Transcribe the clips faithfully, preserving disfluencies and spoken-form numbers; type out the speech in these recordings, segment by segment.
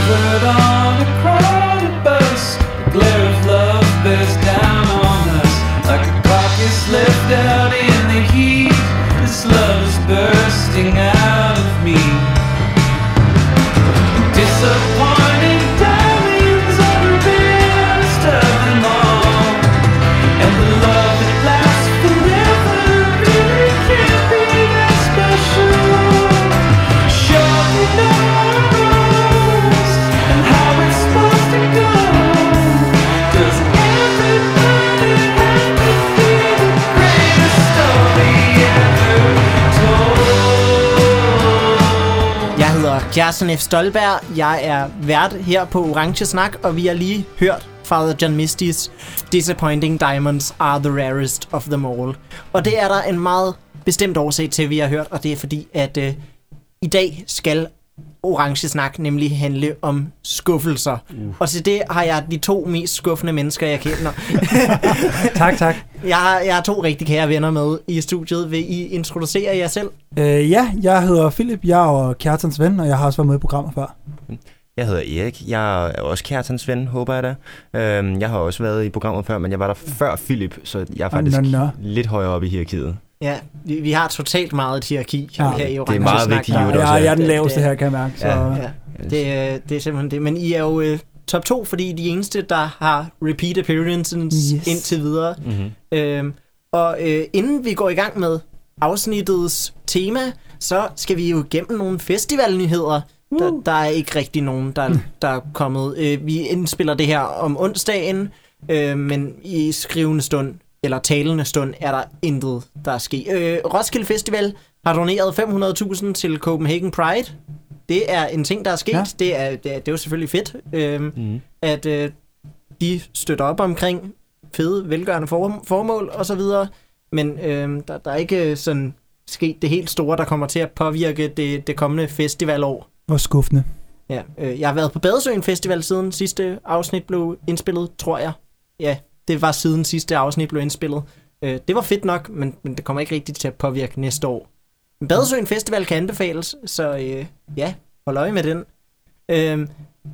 covered on a crowded bus. The glare of love bears down on us like a clock is left out in the heat. This love is bursting out of me. Disappointing diamonds are the best of them all. And the love that lasts forever really can't be that special. Sure who knows and how it's supposed to go. Does everybody have to be the greatest story ever told? Jeg hedder Kjartan F. Stolberg. Jeg er vært her på Orange Snak, og vi har lige hørt Father John Misty's Disappointing Diamonds Are the Rarest of Them All. Og det er der en meget bestemt årsag til, vi har hørt, og det er fordi, at øh, i dag skal Orange Snak nemlig handle om skuffelser. Uh. Og til det har jeg de to mest skuffende mennesker, jeg kender. tak, tak. Jeg har, jeg har to rigtig kære venner med i studiet. Vil I introducere jer selv? Øh, ja, jeg hedder Philip. Jeg er Kjartans ven, og jeg har også været med i programmet før. Jeg hedder Erik. Jeg er også Kjartans ven, håber jeg da. Øhm, jeg har også været i programmet før, men jeg var der før Philip, så jeg er faktisk oh, no, no. lidt højere oppe i hierarkiet. Ja, vi, vi har totalt meget et hierarki ja, her i Orange. Det er meget vigtigt. Ja, ja, jeg er den laveste her, kan jeg mærke. Så. Ja, ja. Det, det er simpelthen det. Men I er jo uh, top to, fordi de eneste, der har repeat appearances yes. indtil videre. Mm-hmm. Øhm, og uh, inden vi går i gang med afsnittets tema, så skal vi jo igennem nogle festivalnyheder. Uh. Der, der er ikke rigtig nogen, der, mm. der er kommet. Uh, vi indspiller det her om onsdagen, uh, men i skrivende stund, eller talende stund, er der intet, der er sket. Uh, Roskilde Festival har doneret fem hundrede tusind til Copenhagen Pride. Det er en ting, der er sket. Ja. Det, er, det, er, det er jo selvfølgelig fedt, øh, mm. at øh, de støtter op omkring fede, velgørende for, formål og så videre. Men øh, der, der er ikke sådan sket det helt store, der kommer til at påvirke det, det kommende festivalår. Hvor skuffende. Ja, øh, jeg har været på Badesøen Festival siden sidste afsnit blev indspillet, tror jeg. Ja, det var siden sidste afsnit blev indspillet. Øh, det var fedt nok, men, men det kommer ikke rigtigt til at påvirke næste år. Badesøen Festival kan anbefales, så øh, ja, hold øje med den. Øh,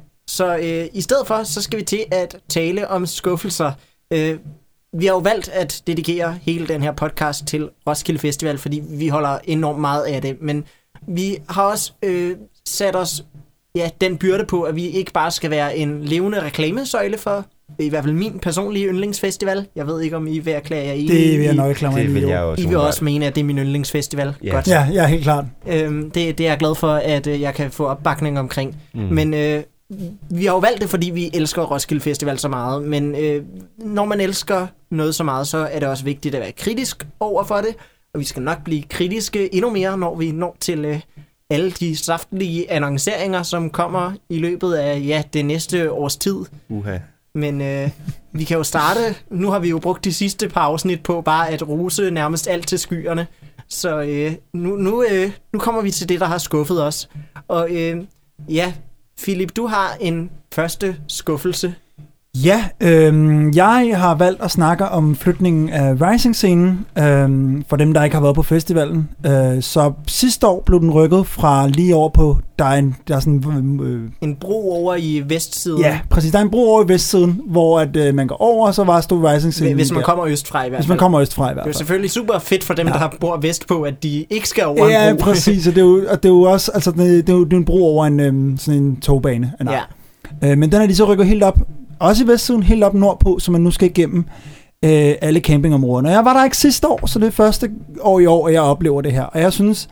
så øh, i stedet for, så skal vi til at tale om skuffelser. Øh, vi har jo valgt at dedikere hele den her podcast til Roskilde Festival, fordi vi holder enormt meget af det. Men vi har også øh, sat os ja, den byrde på, at vi ikke bare skal være en levende reklamesøjle for i hvert fald min personlige yndlingsfestival. Jeg ved ikke, om I vil erklære jer i. Det vil jeg nok erklære mig i. I vil også mene, at det er min yndlingsfestival. Yeah. Godt. Ja, ja, helt klart. Øhm, det, det er jeg glad for, at øh, jeg kan få opbakning omkring. Mm. Men øh, vi har jo valgt det, fordi vi elsker Roskilde Festival så meget. Men øh, når man elsker noget så meget, så er det også vigtigt at være kritisk over for det. Og vi skal nok blive kritiske endnu mere, når vi når til øh, alle de saftige annonceringer, som kommer i løbet af ja, det næste års tid. Uha. Men øh, vi kan jo starte. Nu har vi jo brugt de sidste par afsnit på bare at rose nærmest alt til skyerne. Så øh, nu, nu, øh, nu kommer vi til det, der har skuffet os. Og øh, ja, Philip, du har en første skuffelse. Ja, øh, jeg har valgt at snakke om flytningen af Rising-scenen, øh, for dem, der ikke har været på festivalen. Øh, så sidste år blev den rykket fra lige over på, der er, en, der er sådan... Øh, en bro over i vestsiden. Ja, præcis. Der er en bro over i vestsiden, hvor at, øh, man går over, og så var stod Rising-scenen. Hvis man der. kommer østfra i hvert fald. Hvis man kommer østfra i hvert fald. Det er selvfølgelig super fedt for dem, ja. der bor vestpå, at de ikke skal over ja, en bro. Ja, præcis. Og det er jo, og det er jo også altså, det er jo, det er en bro over en, øh, sådan en togbane. Ja. Øh, men den er de så rykket helt op. Også i vestsiden, helt op nordpå, så man nu skal igennem øh, alle campingområderne. Og jeg var der ikke sidste år, så det er første år i år, at jeg oplever det her. Og jeg synes,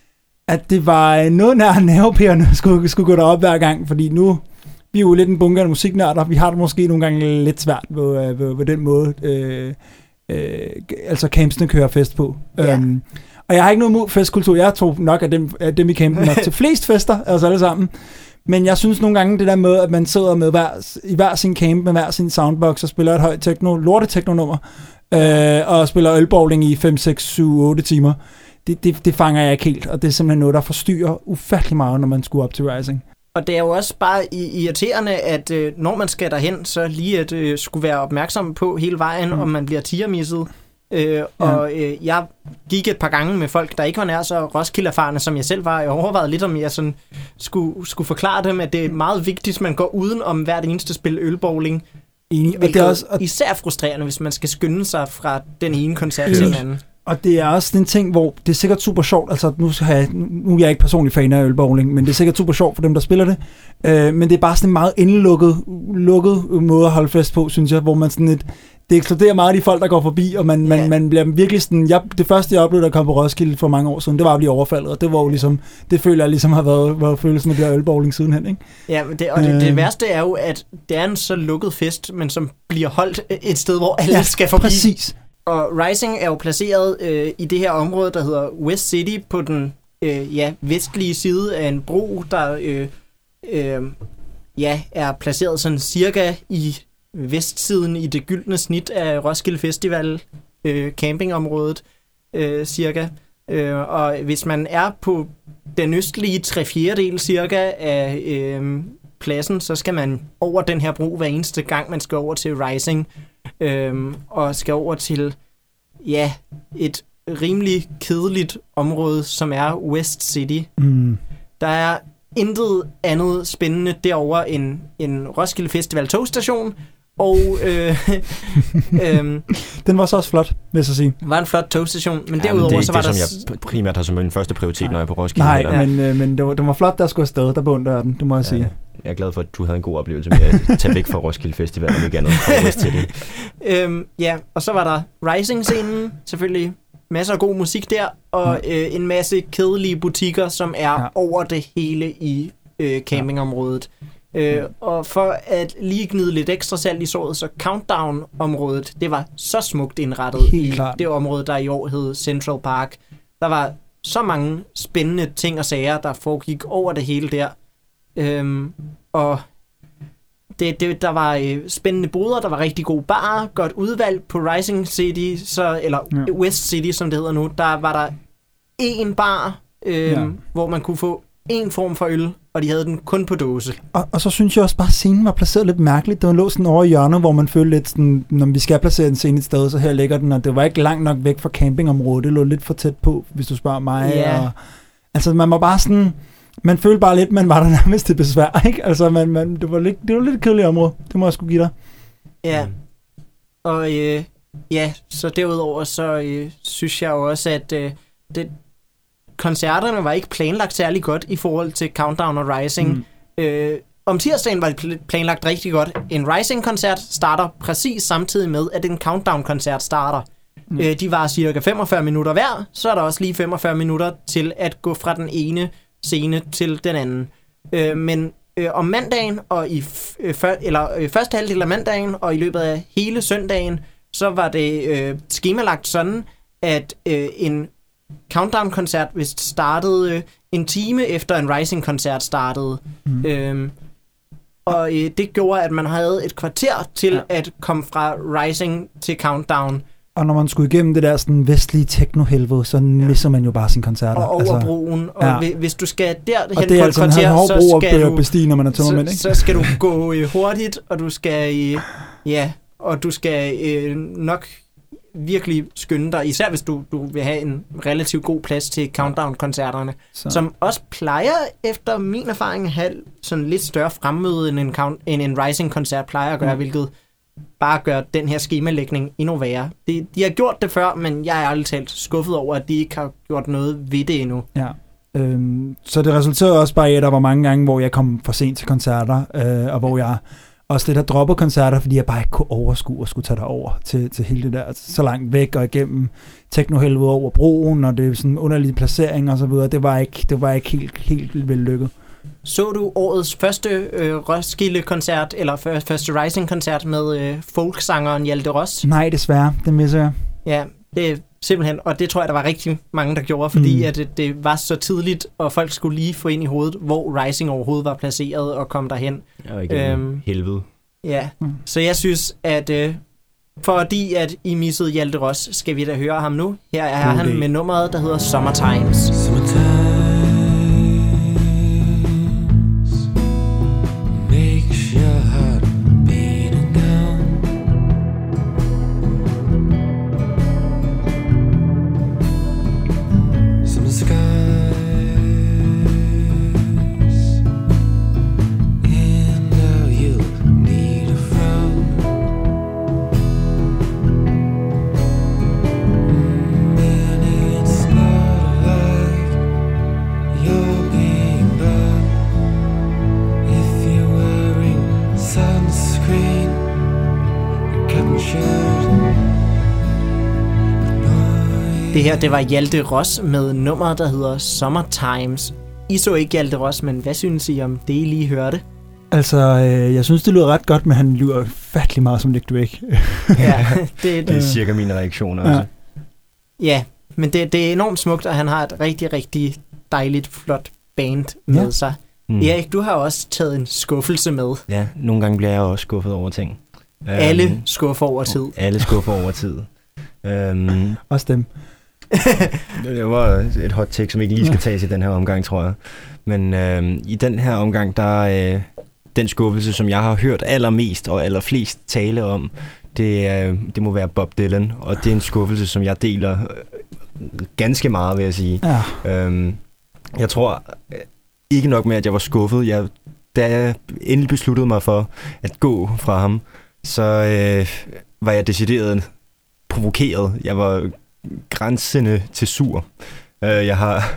at det var noget nær nervepirrende at skulle, skulle gå derop hver gang, fordi nu, vi er jo lidt en bunke af musiknørder, vi har det måske nogle gange lidt svært på, på, på den måde, øh, øh, altså campsene kører fest på. Ja. Um, og jeg har ikke noget mod festkultur. Jeg tror nok, at dem, at dem i campen nok til flest fester, altså alle sammen. Men jeg synes nogle gange, det der med, at man sidder med hver, i hver sin camp, med hver sin soundbox, og spiller et højt techno, lorte techno-nummer, øh, og spiller ølbowling i fem, seks, syv, otte timer, det, det, det fanger jeg ikke helt. Og det er simpelthen noget, der forstyrrer ufattelig meget, når man skulle op til Rising. Og det er jo også bare irriterende, at øh, når man skal derhen, så lige at øh, skulle være opmærksom på hele vejen, mm. om man bliver tiermisset. Øh, og øh, jeg gik et par gange med folk, der ikke var nær så Roskilde-erfarne, som jeg selv var. Jeg overvejede lidt, om jeg sådan skulle, skulle forklare dem, at det er meget vigtigt, at man går uden om hvert eneste spil ølbowling. Enig. Og det er også, og især frustrerende, hvis man skal skynde sig fra den ene koncert til den anden. Og det er også en ting, hvor det er sikkert super sjovt, altså nu, skal jeg, nu er jeg ikke personlig fan af ølbowling, men det er sikkert super sjovt for dem, der spiller det. Øh, men det er bare sådan en meget indelukket lukket måde at holde fest på, synes jeg, hvor man sådan et, det ekskluderer meget de folk, der går forbi, og man, man, yeah. man bliver virkelig sådan, jeg, det første jeg oplevede, der kom på Roskilde for mange år siden, det var at blive overfaldet, og det var jo ligesom, det føler jeg ligesom har været, været følelsen af det her ølbowling sidenhen, ikke? Ja, det, og det, øh. det værste er jo, at det er en så lukket fest, men som bliver holdt et sted, hvor alle ja, skal forbi. Præcis. Og Rising er jo placeret øh, i det her område, der hedder West City, på den øh, ja, vestlige side af en bro, der øh, øh, ja, er placeret sådan cirka i vestsiden i det gyldne snit af Roskilde Festival øh, campingområdet, øh, cirka. Øh, og hvis man er på den østlige tre fjerdedel cirka af øh, pladsen, så skal man over den her bro hver eneste gang, man skal over til Rising. Øhm, og skal over til ja, et rimelig kedeligt område, som er West City. Mm. Der er intet andet spændende derovre end en Roskilde Festival togstation, og øh, øh, den var så også flot, vil jeg så sige. Var en flot togstation, men ja, derudover men det så var det, der... som jeg primært har som min første prioritet, når jeg er på Roskilde. Nej, eller? men, øh, men det, var, det var flot, der skulle afsted, der beundrer den, det må jeg ja, sige. Jeg er glad for, at du havde en god oplevelse med at tage væk fra Roskilde Festival, og ikke andet til det. Øhm, ja, og så var der Rising-scenen, selvfølgelig masser af god musik der, og mm. øh, en masse kedelige butikker, som er ja. over det hele i øh, campingområdet. Øh, og for at lige gnide lidt ekstra salt i såret, så Countdown-området, det var så smukt indrettet Helt i klart. det område, der i år hed Central Park. Der var så mange spændende ting og sager, der foregik over det hele der. Øhm, og det, det, der var øh, spændende boder, der var rigtig gode barer, godt udvalg på Rising City, så, eller ja. West City, som det hedder nu. Der var der én bar, øh, ja. hvor man kunne få en form for øl, og de havde den kun på dåse. Og, og så synes jeg også bare, at scenen var placeret lidt mærkeligt. Den lå sådan over i hjørnet, hvor man følte lidt sådan, når vi skal placere en scene et sted, så her ligger den, og det var ikke langt nok væk fra campingområdet. Det lå lidt for tæt på, hvis du spørger mig. Ja. Og, altså, man var bare sådan... Man følte bare lidt, man var der nærmest til besvær, ikke? Altså, man, man, det, var lidt, det var lidt et kedeligt område. Det må jeg sgu give dig. Ja. Og øh, ja, så derudover, så øh, synes jeg jo også, at øh, det, koncerterne var ikke planlagt særlig godt i forhold til Countdown og Rising. Mm. Øh, om tirsdagen var det planlagt rigtig godt. En Rising-koncert starter præcis samtidig med, at en Countdown-koncert starter. Mm. Øh, de var cirka femogfyrre minutter hver, så er der også lige femogfyrre minutter til at gå fra den ene scene til den anden. Øh, men øh, om mandagen, og i f- øh, før, eller, øh, første halvdel af mandagen, og i løbet af hele søndagen, så var det øh, skemalagt sådan, at øh, en Countdown-koncert vist startede øh, en time efter en Rising-koncert startede. Mm. Øh, og øh, det gjorde, at man havde et kvarter til ja. at komme fra Rising til Countdown. Og når man skulle igennem det der sådan vestlige techno-helvede, så misser man jo bare sine koncerter. Og over altså, broen. Og ja. hvis du skal derhen og det er på altså et kvarter, en så skal at du bestige, når man er tømmermænd, så, ikke? så skal du gå øh, hurtigt, og du skal øh, ja, og du skal øh, nok virkelig skynde dig, især hvis du, du vil have en relativt god plads til Countdown-koncerterne, så. Som også plejer, efter min erfaring, at have sådan lidt større fremmøde, end en, count, end en Rising-koncert plejer at gøre, mm. hvilket bare gør den her skemalægning endnu værre. De, de har gjort det før, men jeg er ærligt talt skuffet over, at de ikke har gjort noget ved det endnu. Ja. Øhm, så det resulterede også bare i, at der var mange gange, hvor jeg kom for sent til koncerter, øh, og hvor jeg også lidt har droppet koncerter, fordi jeg bare ikke kunne overskue og skulle tage derover til, til hele det der, så langt væk og igennem teknohelvede over broen, og det er sådan en underlig placering og så videre. Det var ikke, det var ikke helt, helt vellykket. Så du årets første øh, Roskilde-koncert, eller første Rising-koncert med øh, folksangeren Hjalte Ross? Nej, desværre. Det misser jeg. Ja, det er simpelthen, og det tror jeg, der var rigtig mange, der gjorde, fordi mm. at det, det var så tidligt, og folk skulle lige få ind i hovedet, hvor Rising overhovedet var placeret og kom derhen. Ja, ikke øhm, helvede. Ja, mm. så jeg synes, at øh, fordi at I missede Hjalte Ross, skal vi da høre ham nu. Her er God han day. Med nummeret, der hedder Summertimes. Summertimes. Det her, det var Hjalte Ross med nummeret, der hedder Summertimes. I så ikke Hjalte Ross, men hvad synes I om det, I lige hørte? Altså, øh, jeg synes, det lyder ret godt, men han lyder fattelig meget som Nick Drake. Ja, det, Det er cirka mine reaktioner også. ja, men det, det er enormt smukt, og han har et rigtig, rigtig dejligt, flot band med Ja. sig. Mm. Erik, du har også taget en skuffelse med. Ja, nogle gange bliver jeg også skuffet over ting. Alle Øhm, skuffer over tid. Alle skuffer over tid. Øhm, Også dem. det var et hot take, som ikke lige skal tages i den her omgang, tror jeg. Men øhm, i den her omgang, der er øh, den skuffelse, som jeg har hørt allermest og allerflest tale om, det, øh, det må være Bob Dylan. Og det er en skuffelse, som jeg deler øh, ganske meget, vil jeg sige. Ja. Øhm, jeg tror øh, ikke nok med, at jeg var skuffet. Jeg, da jeg endelig besluttede mig for at gå fra ham, så øh, var jeg decideret provokeret. Jeg var grænsende til sur. Øh, jeg har...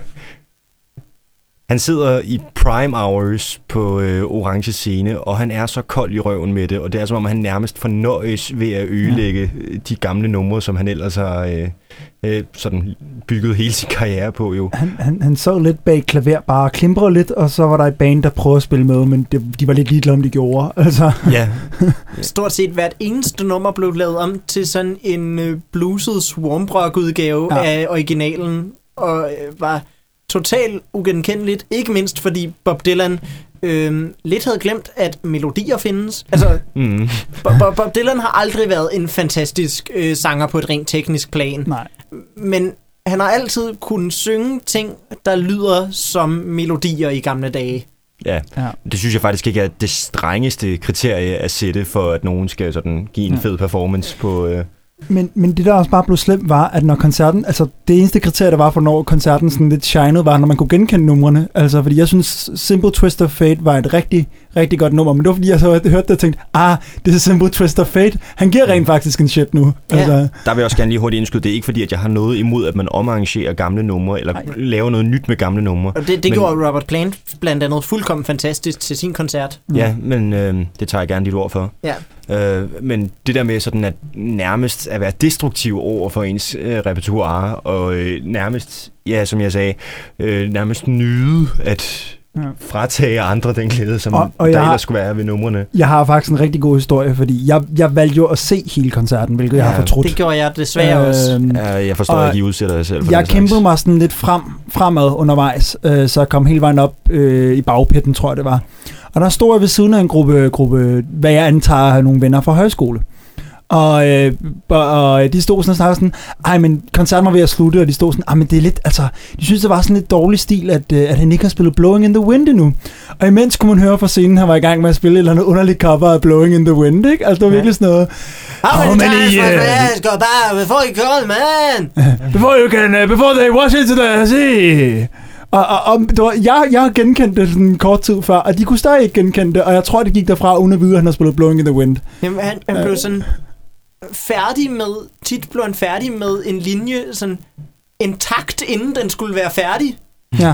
Han sidder i prime hours på øh, orange scene, og han er så kold i røven med det, og det er som om, han nærmest fornøjes ved at ødelægge ja. de gamle numre, som han ellers har øh, øh, sådan bygget hele sin karriere på, jo. Han, han, han så lidt bag klaver, bare klimprede lidt, og så var der et band, der prøvede at spille med, men det, de var lidt ligeglade, om de gjorde. Altså. Ja. Stort set hvert eneste nummer blev lavet om til sådan en øh, bluset swarmbrock-udgave Ja. af originalen, og øh, var totalt ugenkendeligt, ikke mindst fordi Bob Dylan øh, lidt havde glemt, at melodier findes. Altså, Mm. Bob, Bob, Bob Dylan har aldrig været en fantastisk øh, sanger på et rent teknisk plan, Nej. men han har altid kunnet synge ting, der lyder som melodier i gamle dage. Ja. Ja. Det synes jeg faktisk ikke er det strengeste kriterie at sætte, for at nogen skal sådan give en Ja. fed performance på... Øh, Men, men det der også bare blev slemt var, at når koncerten, altså det eneste kriterie, der var for når koncerten sådan lidt shinede, var, når man kunne genkende numrene. Altså, fordi jeg synes, Simple Twist of Fate var et rigtig, rigtig godt nummer. Men det var, fordi jeg så hørte det og tænkte, ah, det er Simple Twist of Fate. Han giver rent faktisk en shit nu. Ja. Altså, Der vil jeg også gerne lige hurtigt indskyde, det er ikke fordi, at jeg har noget imod, at man omarrangerer gamle numre, eller Nej. laver noget nyt med gamle numre. Og det, det Men- gjorde Robert Plant blandt andet fuldkommen fantastisk til sin koncert. Ja, men øh, det tager jeg gerne dit ord for. Ja. Øh, men det der med sådan at nærmest at være destruktiv over for ens øh, repertoire, og øh, nærmest, ja, som jeg sagde, øh, nærmest nyde at Ja. fratage andre den glæde, som Og- og der jeg har- ellers skulle være ved numrene. jeg har faktisk en rigtig god historie, fordi jeg, jeg valgte jo at se hele koncerten, hvilket ja, jeg har Ja, fortrudt. Det gjorde jeg desværre også. Øhm, Ja, jeg forstår og ikke, I udsætter jer selv for Jeg den kæmpede slags. mig sådan lidt frem, fremad undervejs, øh, så jeg kom hele vejen op øh, i bagpitten, tror jeg det var. Og der stod jeg ved siden af en gruppe, gruppe hvad jeg antager er nogle venner fra højskole. Og, øh, og de stod sådan og snakkede sådan, ej, men koncerten var ved at slutte, og de stod sådan, ej, men det er lidt, altså, de synes, det var sådan lidt dårlig stil, at, øh, at han ikke har spillet Blowing in the Wind endnu. Og imens kunne man høre fra scenen, han var i gang med at spille et eller andet underligt cover af Blowing in the Wind, ikke? Altså, det var virkelig sådan noget. How How many many times must years? I go by before you call, man? Before you can, uh, before they wash into the sea. Og, og, og det var, jeg, jeg har genkendt det sådan en kort tid før, og de kunne stadig ikke genkende det, og jeg tror, det gik derfra uden at vide, at han har spillet Blowing in the Wind. Jamen, han, han blev sådan færdig med, tit blev han færdig med en linje sådan intakt, inden den skulle være færdig. Ja.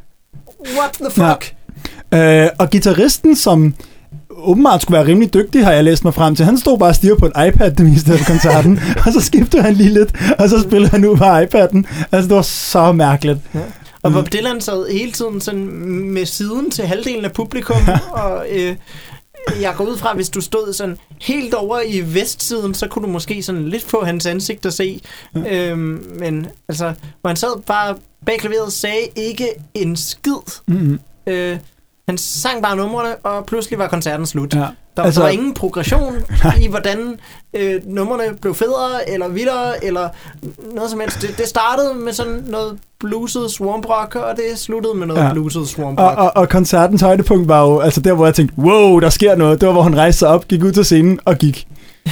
What the fuck? Øh, og guitaristen, som åbenbart skulle være rimelig dygtig, har jeg læst mig frem til. Han stod bare og stirrede på en iPad det meste af koncerten, og så skiftede han lige lidt, og så spillede han ud på iPad'en. Altså, det var så mærkeligt. Ja. Og Bob Dylan sad hele tiden sådan med siden til halvdelen af publikum, og øh, jeg går ud fra, hvis du stod sådan helt over i vestsiden, så kunne du måske sådan lidt få hans ansigt at se. Øhm, men altså, hvor han sad bare bag klaveret, sagde ikke en skid. Mm-hmm. Øh, han sang bare numrene, og pludselig var koncerten slut. Ja. Der, Altså- altså, der var ingen progression i, hvordan øh, numrene blev federe, eller vildere, eller noget som helst. Det, det startede med sådan noget bluset swarmbrock, og det sluttede med noget Ja. ja. bluset Og, swarmbrock. og, og koncertens højdepunkt var jo, altså der, hvor jeg tænkte, wow, der sker noget. Det var, hvor han rejste sig op, gik ud til scenen og gik.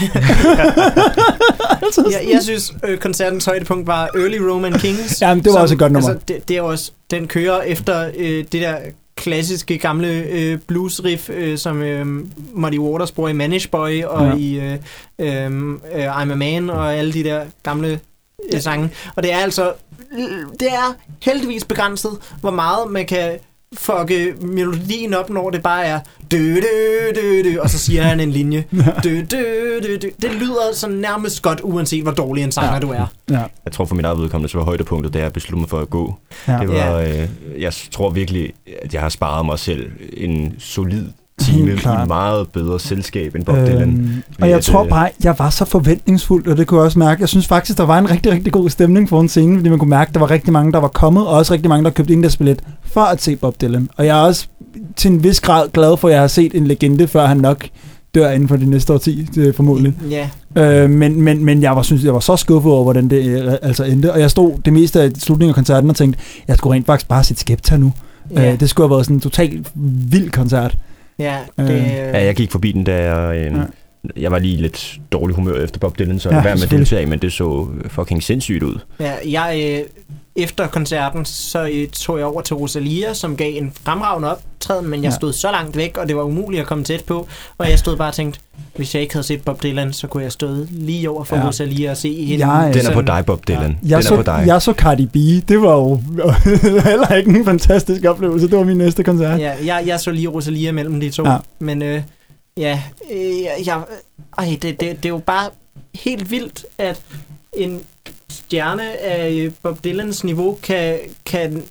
altså, Jeg, jeg synes, øh, koncertens højdepunkt var Early Roman Kings. Jamen, det var også et godt nummer. Altså, det, det er også, den kører efter øh, det der klassiske gamle øh, bluesriff, øh, som øh, Muddy Waters bruger i Manish Boy og Ja. i øh, øh, I'm a Man og alle de der gamle øh, sange. Og det er altså, det er heldigvis begrænset, hvor meget man kan fucke melodien op, når det bare er dø, dø, dø, dø, og så siger han en linje. Dø, dø, dø, dø. Det lyder sådan nærmest godt, uanset hvor dårlig en sanger Ja. du er. Ja. Jeg tror for mit eget vedkommende, så var højdepunktet, da jeg besluttede mig for at gå. Ja. Det var, øh, jeg tror virkelig, at jeg har sparet mig selv en solid time Helt klart. i meget bedre selskab end Bob Dylan. Øhm, og jeg at, tror øh, bare, jeg var så forventningsfuld, og det kunne jeg også mærke. Jeg synes faktisk, der var en rigtig, rigtig god stemning foran scenen, fordi man kunne mærke, at der var rigtig mange, der var kommet, og også rigtig mange, der købte inddagsbillet for at se Bob Dylan. Og jeg er også til en vis grad glad for, at jeg har set en legende, før han nok dør inden for de næste årti, det formodentlig. Ja. Øh, men, men, men jeg var, synes, jeg var så skuffet over, hvordan det øh, altså endte. Og jeg stod det meste af slutningen af koncerten og tænkte, jeg skulle rent faktisk bare se Skepta nu. Ja. Øh, det skulle have været sådan en totalt vild koncert. Ja, det, Øh. Ja, jeg gik forbi den, da jeg, øh, Ja. jeg var lige lidt dårlig humør efter Bob Dylan, så Ja, jeg var med at selvfølgelig. deltage, men det så fucking sindssygt ud. ja, jeg, øh, efter koncerten, så øh, tog jeg over til Rosalia, som gav en fremragende optræden, men jeg Ja. stod så langt væk, og det var umuligt at komme tæt på, og jeg stod bare og tænkte, hvis jeg ikke havde set Bob Dylan, så kunne jeg stået lige over for Ja. ja. Rosalia og se hende. Jeg, Den er sådan- på dig, Bob Dylan. Den Jeg er så, på dig. jeg så Cardi B. Det var jo heller ikke en fantastisk oplevelse. Det var min næste koncert. Ja, jeg, jeg så lige Rosalia mellem de to, Ja. ja. men øh, ja, øh, jeg, ej, det, det, det er jo bare helt vildt, at en stjerne af øh, Bob Dylans niveau kan, kan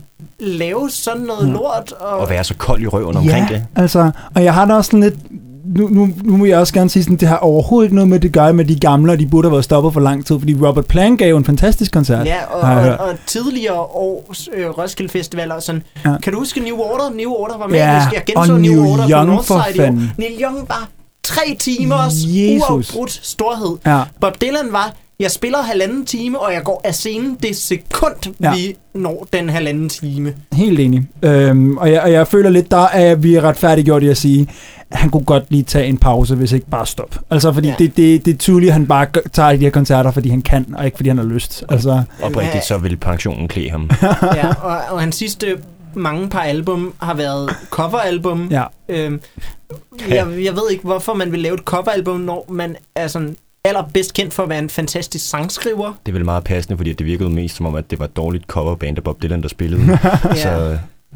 lave sådan noget Ja. lort. Og, Og være så kold i røven omkring ja, det. altså, og jeg har da også sådan lidt... Nu, nu, nu må jeg også gerne sige sådan, det har overhovedet ikke noget med det gør med de gamle, og de burde have været stoppet for lang tid, fordi Robert Plant gav jo en fantastisk koncert. Ja, og, har jeg hørt. og, og tidligere års øh, Roskilde Festival og sådan. Ja. Ja. Kan du huske New Order? New Order var Ja, magisk. Jeg genså og New Neil Order Young på Northside for i år. fanden. Neil Young var tre timers Jesus. uafbrudt storhed. Ja. Bob Dylan var, jeg spiller halvanden time, og jeg går af scenen det sekund, Ja. ja. vi når den halvanden time. Helt enig. Øhm, og, jeg, og jeg føler lidt, der er vi er retfærdiggjort i at sige, at han kunne godt lige tage en pause, hvis ikke bare stop. Altså, fordi ja. Ja. det, det, det er tydeligt, at han bare gør- tager de her koncerter, fordi han kan, og ikke fordi han har lyst. Altså, Oprigtigt, så vil pensionen klæde ham. Ja, og, og hans sidste mange par album har været coveralbum. ja. Øhm, jeg, jeg ved ikke, hvorfor man vil lave et coveralbum, når man er sådan allerbedst kendt for at være en fantastisk sangskriver. Det er vel meget passende, fordi det virkede mest som om, at det var et dårligt coverband af Bob Dylan, der spillede. Så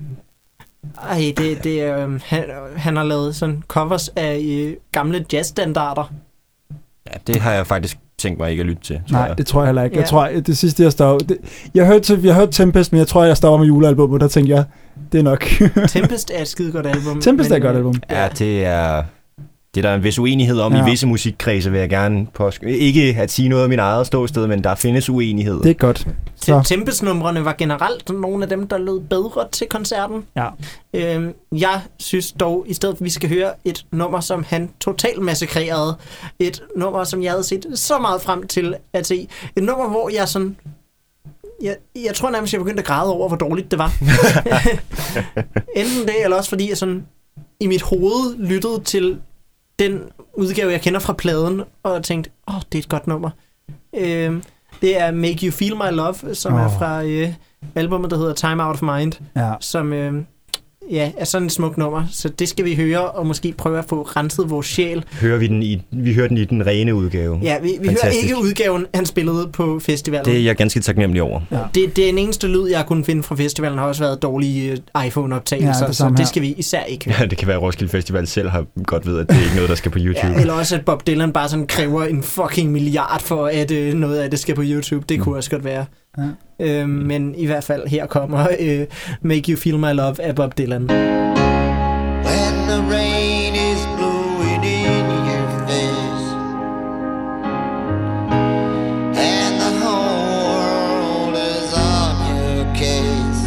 Ej, det, det, øh, han, han har lavet sådan covers af øh, gamle jazzstandarder. ja, det har jeg faktisk tænkt mig ikke at lytte til, tror Nej, jeg. det tror jeg heller ikke. Jeg Ja. tror, det sidste, jeg står... Det, jeg hørte, jeg hørte Tempest, men jeg tror, jeg stopper med julealbummet, der tænkte jeg, det er nok. Tempest er et skide godt album. Tempest er et men, godt album. Ja, det er... Det er der en vis uenighed om Ja. ja. i visse musikkredse, vil jeg gerne påsk... Ikke at sige noget af min eget ståsted, men der findes uenighed. Det er godt. Så. Så, Tempest-numrene var generelt nogle af dem, der lød bedre til koncerten. ja. Øhm, jeg synes dog, i stedet for, at vi skal høre et nummer, som han totalt massakrerede. Et nummer, som jeg havde set så meget frem til at se. Et nummer, hvor jeg sådan... Jeg, jeg tror nærmest, jeg begyndte at græde over, hvor dårligt det var. Enten det, eller også fordi jeg sådan i mit hoved lyttede til den udgave, jeg kender fra pladen, og tænkte, åh, oh, det er et godt nummer. Øhm, det er Make You Feel My Love, som oh. er Åh. fra øh, albumet, der hedder Time Out of Mind, ja. som øh, ja, er sådan et smukt nummer. Så det skal vi høre, og måske prøve at få renset vores sjæl. Hører vi den i... Vi hører den i den rene udgave. Ja, vi, vi hører Fantastisk. ikke udgaven, han spillede på festivalen. Det er jeg ganske taknemmelig over. Ja. Det, det er den eneste lyd, jeg kunne finde fra festivalen, har også været dårlige øh, iPhone-optagelser, Ja, det ja, så samme det her. skal vi især ikke høre. Ja, det kan være, at Roskilde Festival selv har godt ved, at det er ikke noget, der skal på YouTube. Ja, eller også, at Bob Dylan bare sådan kræver en fucking milliard for, at øh, noget af det skal på YouTube. Det Mm. kunne også godt være. Ja. Øhm, men i hvert fald, her kommer øh, Make You Feel My Love af Bob Dylan. When the rain is blowing in your face and the whole world is on your case,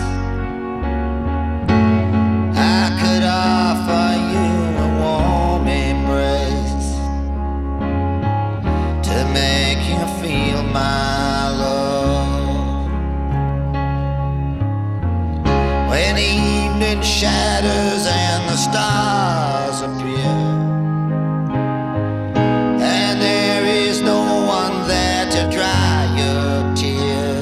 I could offer you a warm embrace to make you feel my love. When evening shadows and the stars appear, and there is no one there to dry your tears,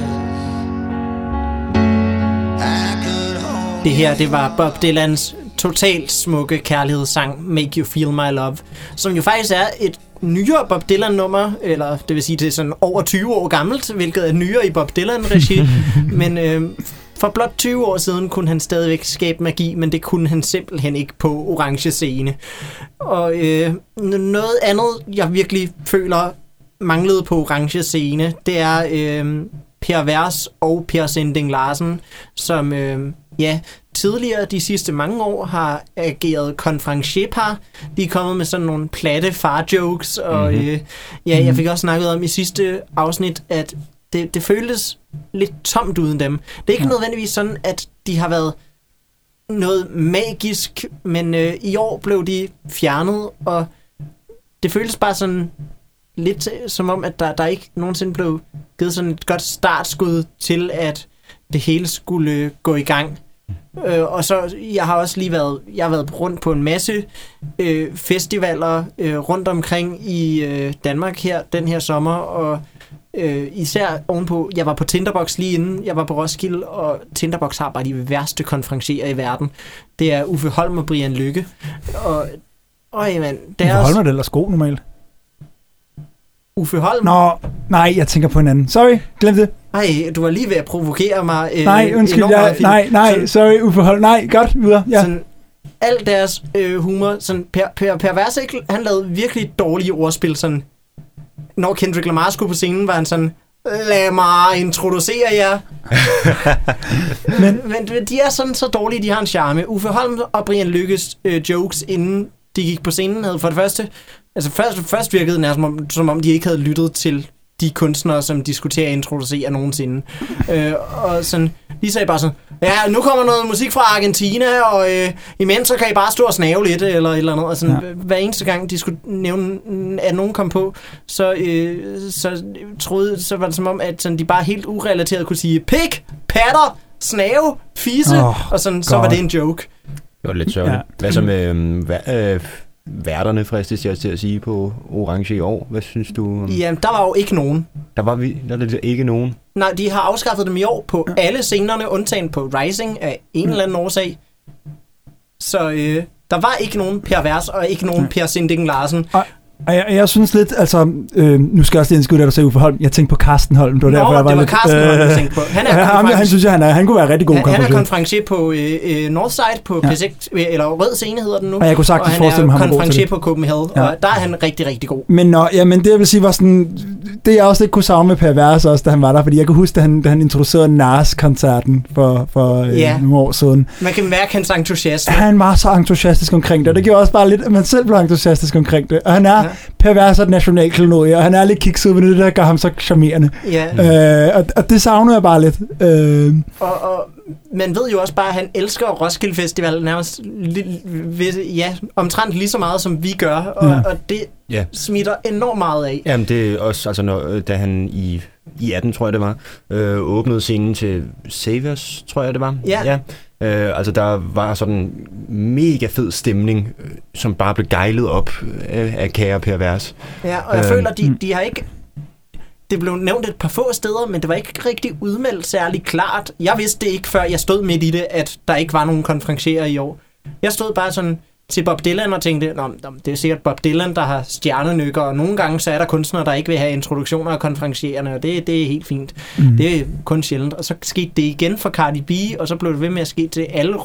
I could hold Det her, det var Bob Dylans totalt smukke kærlighedssang Make You Feel My Love, som jo faktisk er et nyere Bob Dylan-nummer, eller det vil sige, det er sådan over tyve år gammelt, hvilket er nyere i Bob Dylan-regi, men øh, for blot tyve år siden kunne han stadigvæk skabe magi, men det kunne han simpelthen ikke på orange scene. Og øh, noget andet, jeg virkelig føler manglede på orange scene, det er øh, Per Vers og Per Sinding Larsen, som øh, ja, tidligere de sidste mange år har ageret konferencierpar. De er kommet med sådan nogle platte far-jokes, og Mhm. øh, ja, jeg fik også snakket om i sidste afsnit, at det, det føltes lidt tomt uden dem. Det er ikke Ja. ja. nødvendigvis sådan, at de har været noget magisk, men øh, i år blev de fjernet, og det føltes bare sådan lidt som om, at der, der ikke nogensinde blev givet sådan et godt startskud til, at det hele skulle øh, gå i gang. Øh, og så, jeg har også lige været, jeg har været rundt på en masse øh, festivaler øh, rundt omkring i øh, Danmark her, den her sommer, og øh, især ovenpå, jeg var på Tinderbox lige inden jeg var på Roskilde, og Tinderbox har bare de værste konferencier i verden. Det er Uffe Holm og Brian Lykke. Og, øj, man, Uffe Holm er det ellers god normalt. Uffe Holm? Nå, nej, jeg tænker på en anden. Sorry, glem det. Ej, du var lige ved at provokere mig. Øh, Nej, undskyld, enormt jeg, meget, Philip. nej, nej, Så- sorry, Uffe Holm. Nej, godt, videre. Ja. Sådan, al deres øh, humor, sådan, Per, per, per Vers, han lavede virkelig dårlige ordspil, sådan, når Kendrick Lamar skulle på scenen, var han sådan, lad mig introducere jer. men, men de er sådan så dårlige, de har en charme. Uffe Holm og Brian Lykkes øh, jokes, inden de gik på scenen, havde for det første, altså først, først virkede det nærmest som om, som om de ikke havde lyttet til de kunstnere, som de skulle til at introducere nogensinde. øh, og sådan, de sagde bare sådan, ja, nu kommer noget musik fra Argentina, og øh, imens så kan I bare stå og snave lidt, eller et eller andet. Og sådan, Ja. ja. Hver eneste gang, de skulle nævne, at nogen kom på, så, øh, så troede, så var det som om, at sådan, de bare helt urelateret kunne sige, pik, patter, snave, fise, Åh, og sådan, så var God. det en joke. Det var lidt sørgeligt. Ja. Ja. Hvad så med øhm, hva, øh, værterne, fristes jeg til at sige, på Orange i år? Hvad synes du? om- Jamen, der var jo ikke nogen. Der var vi, der er lidt ikke nogen. Nej, de har afskaffet dem i år på ja. alle scenerne, undtagen på Rising af en eller anden årsag. Så øh, der var ikke nogen Per Vers, og ikke nogen Per Sinding Larsen. Og jeg, jeg synes lidt, altså, øh, nu skal jeg også lige indskyde, at du sagde Uffe Holm. Jeg tænkte på Carsten Holm. Det var Nå, derfor, jeg var det var lidt, Carsten Holm, jeg tænkte på. Han er han, han, han synes jeg, han, er, han kunne være rigtig god han, han er konferencier. konferencier på øh, øh, Northside, på Ja. P seks, øh, eller Rød Scene hedder den nu. Og jeg kunne sagtens og forestille mig, han han er var god til konferencier det. på Copenhagen, Ja. og der er han rigtig, rigtig god. Men, nå, ja, men det jeg vil sige var sådan, det jeg også lidt kunne savne med Per Vers også, da han var der, fordi jeg kunne huske, da han, da han introducerede Nas-koncerten for, for øh, Ja. nogle år siden. Man kan mærke hans entusiasme. Han var så entusiastisk omkring det, og det gjorde også bare lidt, at man selv blev entusiastisk omkring det. Og han er, Ja. Per Vers er et nationalklenodie, og han er lidt kikset, men det der gør ham så charmerende. Ja. Øh, og, og det savner jeg bare lidt. Øh, Og, og man ved jo også bare, at han elsker Roskilde Festival nærmest li- ved- ja, omtrent lige så meget, som vi gør. Og, Ja. ja. og det Ja. smitter enormt meget af. Jamen det er også, altså når, øh, da han i, i atten, tror jeg det var, øh, åbnede scenen til Saviors, tror jeg det var. Ja. ja. Øh, altså der var sådan mega fed stemning, øh, som bare blev gejlet op øh, af kære Per Vers. Ja, og jeg Øhm, føler, de, de har ikke... Det blev nævnt et par få steder, men det var ikke rigtig udmeldt særlig klart. Jeg vidste det ikke, før jeg stod midt i det, at der ikke var nogen konferencier i år. Jeg stod bare sådan til Bob Dylan og tænkte, Nå, det er sikkert Bob Dylan, der har stjernenykker, og nogle gange så er der kunstnere, der ikke vil have introduktioner af konferenciererne, og det, det er helt fint. Mm. Det er kun sjældent. Og så skete det igen for Cardi B, og så blev det ved med at ske til alle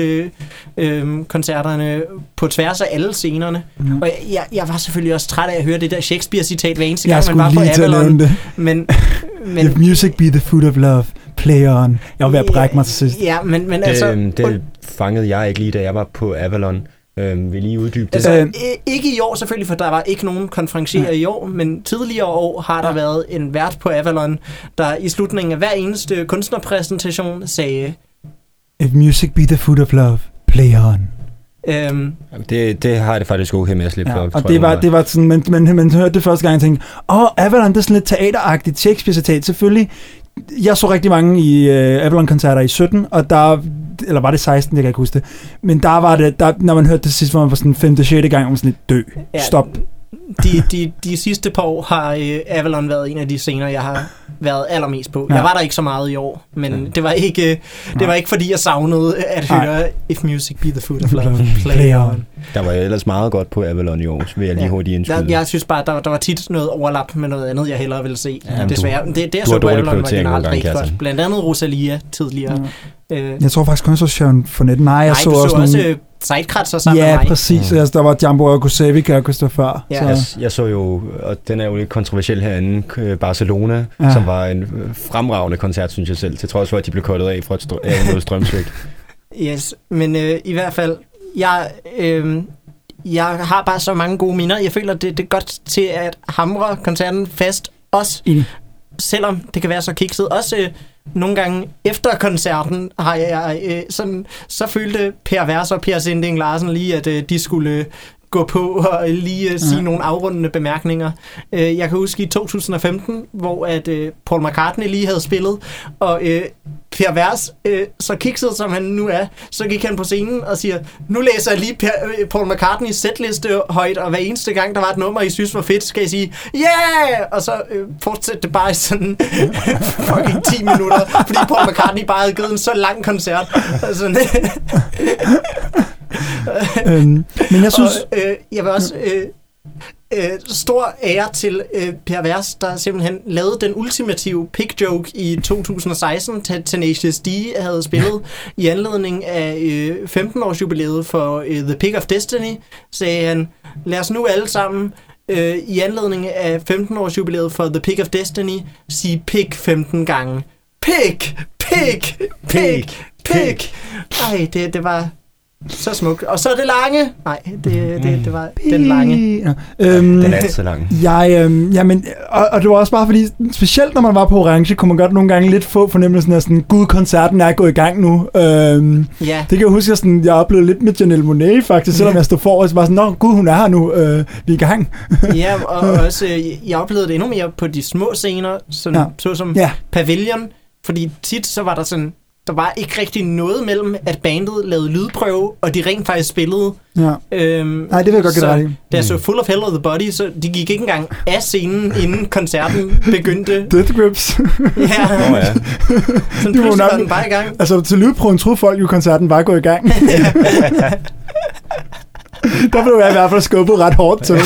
Roskilde-koncerterne på tværs af alle scenerne. Mm. Og jeg, jeg, jeg var selvfølgelig også træt af at høre det der Shakespeare-citat hver eneste jeg gang, man skulle var på lige til at Avalon. nævne det. Men, Men, If music be the food of love, play on. Jeg var ved at brække mig til sidst. Ja, men, men Det, altså... øh, det fangede jeg ikke lige, da jeg var på Avalon. Øh, vil I uddybe det? Altså, Øh. øh, ikke i år selvfølgelig, for der var ikke nogen konferencier i år, men tidligere år har der været en vært på Avalon, der i slutningen af hver eneste kunstnerpræsentation sagde... If music be the food of love, play on. Øhm, Det, det har jeg det faktisk okay med at slippe Ja, for. og tror det jeg, var, hun det var sådan, man, man, man hørte det første gang og tænkte, åh, Avalon, det er sådan lidt teateragtigt, Shakespeare-citat, selvfølgelig. Jeg så rigtig mange i uh, Avalon-koncerter i sytten, og der, eller var det seksten, jeg kan ikke huske det, men der var det, der, når man hørte det sidst, hvor man var sådan femte, sjette gang, var man sådan lidt dø, Ja. stop. de, de, de sidste par år har øh, Avalon været en af de scener, jeg har været allermest på. Ja. Jeg var der ikke så meget i år, men Ja. det var ikke, det var ikke fordi, jeg savnede at Nej. høre If Music Be The Food of Love, Play Play on. On. Der var ellers meget godt på Avalon i år, vil jeg lige Ja. hurtigt indskyde. Jeg, jeg synes bare, der, der var tit noget overlap med noget andet, jeg hellere ville se. Jamen, Desværre. du- det, det jeg du så har på dårlig Avalon var prioritering generelt nogle gange, rigtig godt. Kjartan. Blandt andet Rosalia tidligere. Ja. Øh, Jeg tror faktisk kun, så Sharon Fournette. Nej, jeg nej, så du også så nogle... også øh, Sidekratzer sammen Ja, med mig. præcis. Mm. Altså, der var Jambo Kusevic og Christopher før. Ja. Så. Jeg, jeg så jo, og den er jo lidt kontroversiel herinde, øh, Barcelona, Ja. ja. som var en øh, fremragende koncert, synes jeg selv, til trods for, at de blev kottet af fra et strø- af noget strømsvigt. Yes, men øh, i hvert fald, jeg, øh, jeg har bare så mange gode minder. Jeg føler, det, det er godt til at hamre koncerten fast. Også Enig. selvom det kan være så kikset. Også øh, nogle gange efter koncerten har jeg øh, sådan, så følte Per Vers og Per Sinding Larsen lige, at øh, de skulle øh, gå på og lige øh, sige Ja. nogle afrundende bemærkninger. Øh, jeg kan huske i to tusind og femten, hvor at øh, Paul McCartney lige havde spillet, og øh, Per Vers, øh, så kikset som han nu er, så gik han på scenen og siger, nu læser jeg lige per, øh, Paul McCartneys setliste højt, og hver eneste gang, der var et nummer, I synes var fedt, skal jeg sige, yeah! Og så øh, fortsætte det bare i sådan fucking ti minutter, fordi Paul McCartney bare havde givet en så lang koncert. Altså, øhm, men jeg synes... og, øh, jeg vil også... Øh, øh, stor ære til øh, Per Vers, der simpelthen lavede den ultimative pick joke i to tusind og seksten, da Tenacious D havde spillet i anledning af øh, femten års jubilæet for øh, The Pick of Destiny, sagde han, lad os nu alle sammen øh, i anledning af femten års jubilæet for The Pick of Destiny sige pick femten gange. Pick! Pick! Pick! Pick! Ej, det, det var så smukt. Og så det lange. Nej, det, det, det var den lange. Ja. Øhm, Den er altid lang. Jeg, øhm, jamen, og, og det var også bare fordi, specielt når man var på Orange, kunne man godt nogle gange lidt få fornemmelsen af sådan, gud, koncerten er gået i gang nu. Øhm, Ja. det kan jeg huske, at sådan, jeg oplevede lidt med Janelle Monáe faktisk, selvom jeg stod for, så var sådan, nå gud, hun er her nu, øh, vi er i gang. Ja, og også, øh, jeg oplevede det endnu mere på de små scener, sådan, Ja. ja. såsom Ja. Pavilion, fordi tit så var der sådan, der var ikke rigtig noget mellem, at bandet lavede lydprøve, og de rent faktisk spillede. Ja. Øhm, Nej, det vil jeg godt give så dig ret i. Da jeg så Full of Hell of the Body, så de gik ikke engang af scenen, inden koncerten begyndte. Death Grips. Ja, Nå ja. sådan Det var pludselig nok- var den bare i gang. Altså, til lydprøven troede folk jo, koncerten var gået i gang. Der blev jeg i hvert fald skubbet ret hårdt til.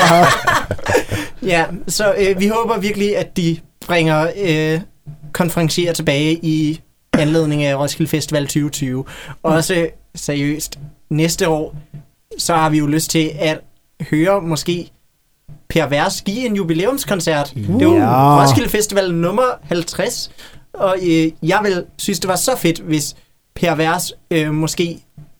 Ja, så øh, vi håber virkelig, at de bringer øh, konferencier tilbage i anledning af Roskilde Festival tyve tyve. Også seriøst, næste år, så har vi jo lyst til at høre måske Per Vers give en jubilæumskoncert. Uh, det er jo ja. Roskilde Festival nummer halvtreds, og øh, jeg vil synes, det var så fedt, hvis Per Vers øh, måske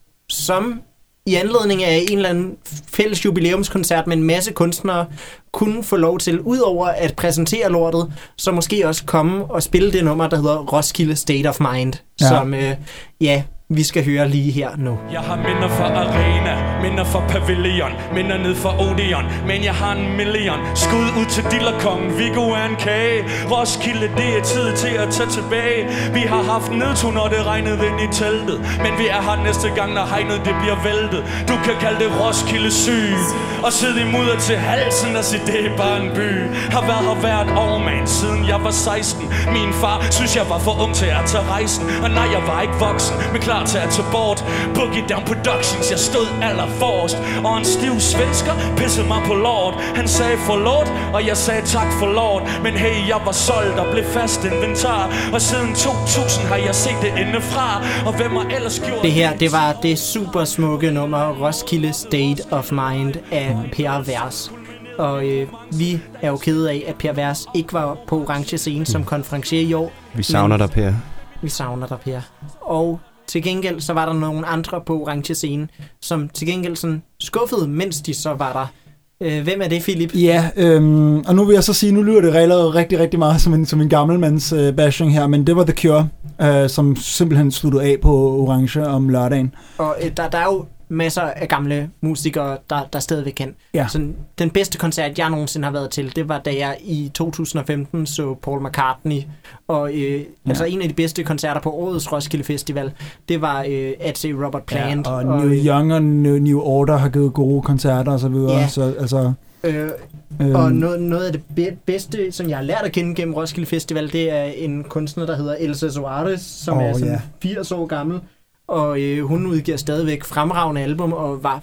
som i anledning af en eller anden fælles jubilæumskoncert med en masse kunstnere, kunne få lov til, udover at præsentere lortet, så måske også komme og spille det nummer, der hedder Roskilde State of Mind, Ja. ja. som øh, ja, vi skal høre lige her nu. Jeg har minder fra Arena, minder fra Pavilion, minder ned fra Odeon, men jeg har en million. Skud ud til Dillerkongen, Viggo er en kage. Roskilde, det er tid til at tage tilbage. Vi har haft nedtur, når det regnede ind i teltet, men vi er her næste gang, når hegnet det bliver væltet. Du kan kalde det Roskilde syg, og sidde i mudder til halsen og sige, det er bare en by. Har været her hvert år, man, siden jeg var seksten. Min far synes, jeg var for ung til at tage rejsen, og nej, jeg var ikke voksen, men klar til at tage bort. Boogie Down Productions, jeg stod allerforrest, og en stiv svensker pissede mig på lort. Han sagde forlåt, og jeg sagde tak for lort. Men hey, jeg var solgt og blev fast inventar, og siden to tusind har jeg set det indefra. Og hvem har ellers gjort Det her, det var det super smukke nummer Roskilde State of Mind af Per Vers. Og øh, vi er jo kede af, at Per Vers ikke var på orange scene som konferencier i år. Vi savner dig, Per. Vi savner dig, Per. Og til gengæld, så var der nogle andre på orange scene, som til gengæld sådan skuffede, mens de så var der. Øh, hvem er det, Philip? Ja, øhm, og nu vil jeg så sige, nu lyder det relativt rigtig, rigtig meget som en, som en gammelmands øh, bashing her, men det var The Cure, øh, som simpelthen sluttede af på Orange om lørdagen. Og øh, der, der er jo masser af gamle musikere, der, der stadigvæk kan. Ja. Sådan, den bedste koncert, jeg nogensinde har været til, det var da jeg i to tusind og femten så Paul McCartney. Og øh, ja. altså en af de bedste koncerter på årets Roskilde Festival, det var øh, at se Robert Plant. Ja, og, og New Young og New, New Order har givet gode koncerter og så videre. Ja. Så, altså, Øh, øhm, og noget, noget af det be- bedste, som jeg har lært at kende gennem Roskilde Festival, det er en kunstner, der hedder Elsa Soares, som Åh, er sådan ja. firs år gammel. Og øh, hun udgiver stadigvæk fremragende album, og var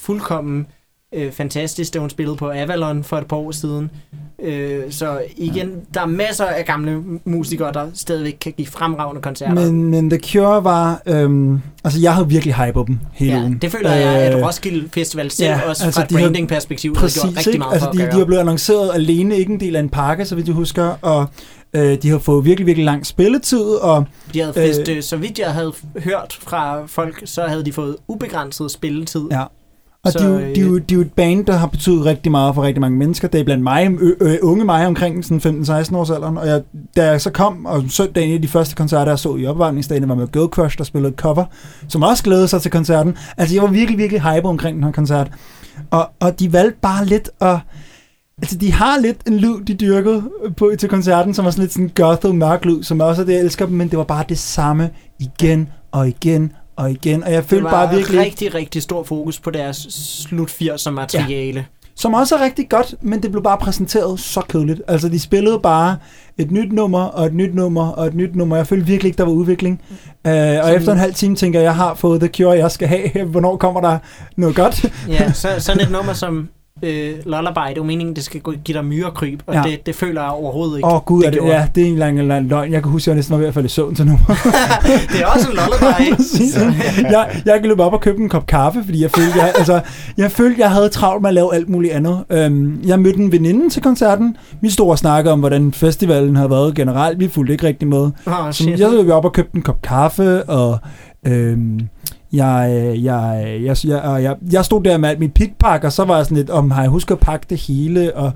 fuldkommen øh, fantastisk, da hun spillede på Avalon for et par år siden. Øh, så igen, der er masser af gamle musikere, der stadigvæk kan give fremragende koncerter. Men, men The Cure var... Øhm, altså, jeg havde virkelig hypet dem hele ja, ugen. det føler jeg, at Øh, Roskilde Festival selv ja, også altså, fra et de har- branding-perspektiv har Præcis, gjort rigtig ikke? meget Altså, for de, at de gøre. har blevet annonceret alene, ikke en del af en pakke, så vidt jeg husker, og øh, de har fået virkelig, virkelig lang spilletid, og De havde flest, øh, så vidt jeg havde hørt fra folk, så havde de fået ubegrænset spilletid. ja. Og Så, de, er jo- de, er jo- de er jo et band, der har betydet rigtig meget for rigtig mange mennesker. Det er blandt mig, ø, ø, unge mig omkring sådan femten seksten års alderen. Og jeg, da jeg så kom, og søndagen i de første koncerter, jeg så i opvarmningsdagen, var med Girl Crush, der spillede et cover, som også glædede sig til koncerten. Altså, jeg var virkelig, virkelig hyped omkring den her koncert. Og, og de valgte bare lidt at... Altså, de har lidt en lyd, de dyrkede på, til koncerten, som var sådan lidt sådan gothet, mørk lyd, som også er det, jeg elsker dem, men det var bare det samme igen og igen og igen. Og jeg Det følte var bare virkelig... rigtig, rigtig stor fokus på deres slut firser materiale. Som også er rigtig godt, men det blev bare præsenteret så kedeligt. Altså, de spillede bare et nyt nummer, og et nyt nummer, og et nyt nummer. Jeg følte virkelig ikke, der var udvikling. Uh, og efter en halv time tænker jeg, jeg har fået The Cure, jeg skal have. Hvornår kommer der noget godt? Ja, så, sådan et nummer som øh, Lullaby, det er jo meningen, det skal gå- give dig myrekryb, og Ja. ja. det, det føler jeg overhovedet ikke. Åh oh, gud, er det, gjorde. ja, det er en lang, lang løgn. Jeg kan huske, at jeg næsten var ved at falde i søvn til nummer. Det er også en lullaby. Præcis. jeg, jeg kan løbe op og købe en kop kaffe, fordi jeg følte, jeg, altså, jeg følte, jeg havde travlt med at lave alt muligt andet. Øhm, jeg mødte en veninde til koncerten. Vi stod og snakkede om, hvordan festivalen havde været generelt. Vi fulgte ikke rigtig med. Oh, Så shit. jeg løb op og købte en kop kaffe, og øhm, jeg, jeg, jeg, jeg, og jeg, jeg stod der med alt mit pickpack, og så var jeg sådan lidt, om har jeg husket at pakke det hele, og,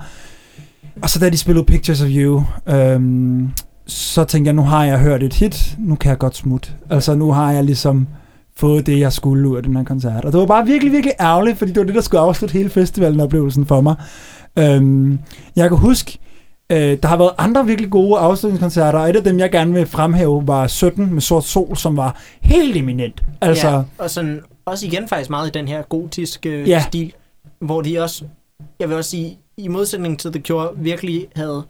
og så da de spillede Pictures of You, øhm, så tænkte jeg, nu har jeg hørt et hit, nu kan jeg godt smutte. Altså nu har jeg ligesom fået det, jeg skulle ud af den her koncert. Og det var bare virkelig, virkelig ærgerligt, fordi det var det, der skulle afslutte hele festivalen-oplevelsen for mig. Øhm, jeg kan huske, øh, der har været andre virkelig gode afslutningskoncerter, og et af dem, jeg gerne vil fremhæve, var sytten med Sort Sol, som var helt eminent. Altså, Ja, og sådan, også igen faktisk meget i den her gotiske Ja. stil, hvor de også, jeg vil også sige, i modsætning til The Cure, virkelig havde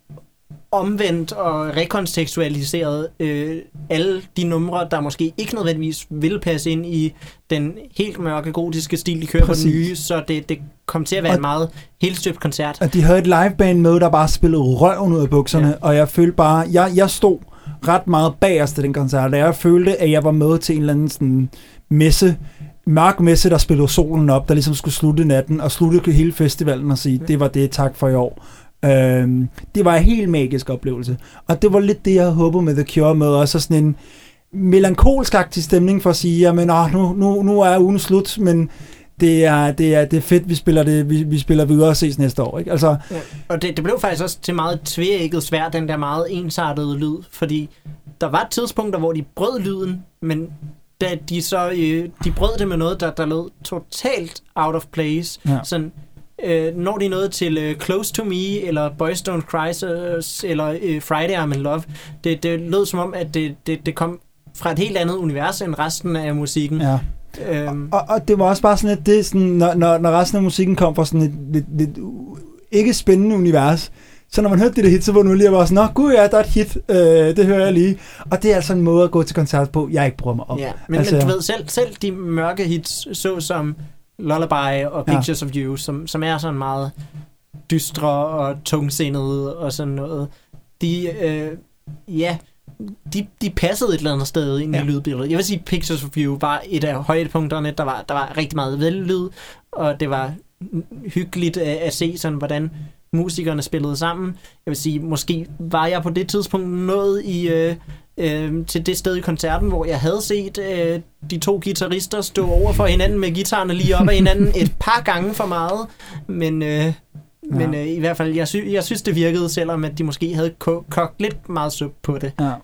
omvendt og rekontekstualiseret øh, alle de numre, der måske ikke nødvendigvis ville passe ind i den helt mørke gotiske stil, de kører Præcis. på den nye, så det, det kom til at være Og- en meget helstøbt koncert. at de havde et liveband med, der bare spillede røven ud af bukserne, Ja. ja. og jeg følte bare, jeg, jeg stod ret meget bagerst til den koncert, og jeg følte, at jeg var med til en eller anden sådan messe, mørk messe, der spillede solen op, der ligesom skulle slutte natten, og slutte hele festivalen og sige, det var det, tak for i år. Øhm, det var en helt magisk oplevelse, og det var lidt det, jeg havde håbet med The Cure, med også sådan en melankolsk-agtig stemning for at sige, jamen åh, nu, nu, nu er ugen slut, men det er, det er, det er fedt, vi spiller, det, vi, vi spiller videre og ses næste år. Ikke? Altså, Ja. Og det, det blev faktisk også til meget tvækket svært, den der meget ensartede lyd, fordi der var tidspunkter, hvor de brød lyden, men da de så øh, de brød det med noget, der, der lød totalt out of place. Ja. Sådan, øh, når de nåede til øh, Close to Me, eller Boys Don't Cry, så- eller øh, Friday I'm in Love, det, det lød som om, at det, det, det kom fra et helt andet univers end resten af musikken. ja. Øhm, Og, og det var også bare sådan, at det er sådan, når, når, når resten af musikken kom fra sådan et lidt, lidt ikke spændende univers, så når man hørte det der hit, så var nu lige bare sådan, nå gud ja, der er et hit, øh, det hører jeg lige. Og det er altså en måde at gå til koncert på, jeg ikke bryder mig om. Ja, men, altså, men du ved, selv, selv de mørke hits, så som Lullaby og Pictures ja. of You, som, som er sådan meget dystre og tungsindede og sådan noget, de, øh, ja, de, de passede et eller andet sted ind ja. Ja. i lydbilledet. Jeg vil sige, Pictures of You var et af højdepunkterne. Der var, der var rigtig meget vellyd, og det var hyggeligt at, at se sådan, hvordan musikerne spillede sammen. Jeg vil sige, måske var jeg på det tidspunkt nået i... Øh, øh, til det sted i koncerten, hvor jeg havde set øh, de to guitarister stå over for hinanden med guitarerne lige op ad hinanden et par gange for meget. Men, øh, ja. men øh, i hvert fald, jeg, sy- jeg synes, det virkede, selvom at de måske havde ko- kogt lidt meget sup på det. Ja.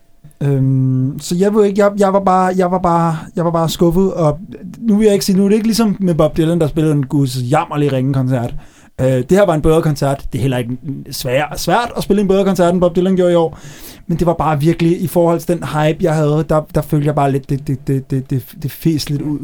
Øhm, så jeg ved ikke, jeg, jeg, var bare, jeg, var bare, jeg var bare skuffet, og nu vil jeg ikke sige, nu er det ikke ligesom med Bob Dylan, der spillede en guds jammerlig ringe-koncert. Øh, det her var en bedre koncert. Det er heller ikke svært, svært at spille en bedre koncert, end Bob Dylan gjorde i år. Men det var bare virkelig, i forhold til den hype, jeg havde, der, der følte jeg bare lidt, det, det, det, det, det, det fæs lidt ud.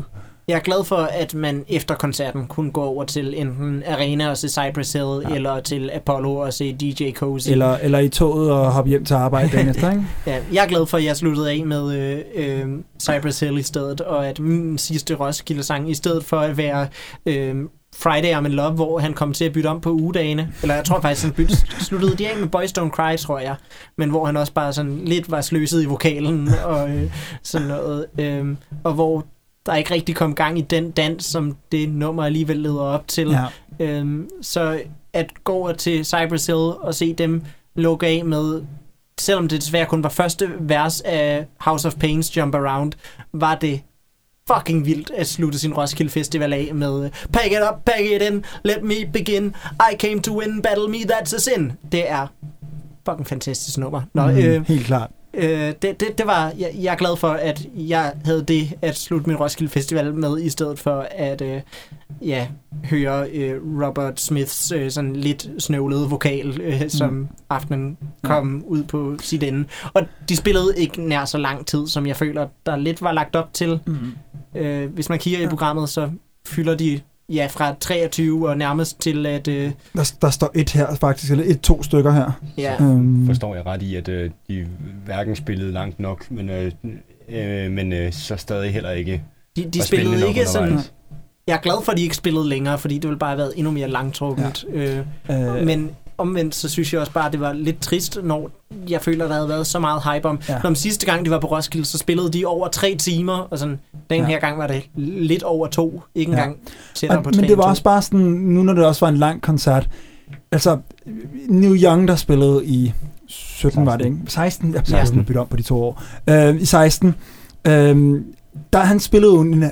Jeg er glad for, at man efter koncerten kunne gå over til enten Arena og se Cypress Hill, ja. eller til Apollo og se D J Cozy. Eller, eller i toget og hoppe hjem til arbejde dagen efter, ikke? Ja, jeg er glad for, at jeg sluttede af med øh, øh, Cypress Hill i stedet, og at min sidste Roskilde-sang, i stedet for at være øh, Friday I'm in Love, hvor han kom til at bytte om på ugedagene, eller jeg tror faktisk, han bytte, sluttede de af med Boys Don't Cry, tror jeg, men hvor han også bare sådan lidt var sløset i vokalen og øh, sådan noget, øh, og hvor der ikke rigtig kom gang i den dans, som det nummer alligevel leder op til. Ja. Øhm, så at gå over til Cypress Hill og se dem lukke af med, selvom det desværre kun var første vers af House of Pain's Jump Around, var det fucking vildt at slutte sin Roskilde Festival af med Pack it up, pack it in, let me begin, I came to win, battle me, that's a sin. Det er fucking fantastisk nummer. Nå, mm, øh, helt klart. Øh, det, det, det var, jeg, jeg er glad for, at jeg havde det at slutte min Roskilde Festival med, i stedet for at øh, ja, høre øh, Robert Smiths øh, sådan lidt snøvlede vokal, øh, som mm. aftenen kom ja. ud på sit ende. Og de spillede ikke nær så lang tid, som jeg føler, der lidt var lagt op til. Mm. Øh, hvis man kigger ja. i programmet, så fylder de ja, fra treogtyve og nærmest til at... Øh... Der, der står et her faktisk, eller et, to stykker her. Ja. Um... Forstår jeg ret i, at øh, de hverken spillede langt nok, men, øh, øh, men øh, så stadig heller ikke... De, de spillede ikke sådan... Jeg er glad for, at de ikke spillede længere, fordi det ville bare have været endnu mere langtrukkent. Ja. Øh, øh... Men omvendt, så synes jeg også bare, at det var lidt trist, når jeg føler, der havde været så meget hype om. Ja. Når de sidste gang, de var på Roskilde, så spillede de over tre timer, og sådan, den ja. her gang var det lidt over to, ikke engang ja. tættere på tre. Men det var også bare sådan, nu når det også var en lang koncert, altså, Neil Young, der spillede i sytten, seksten var det, ikke? seksten? Ja, seksten, ja. bytte om på de to år. Uh, I seksten, uh, der han spillede jo en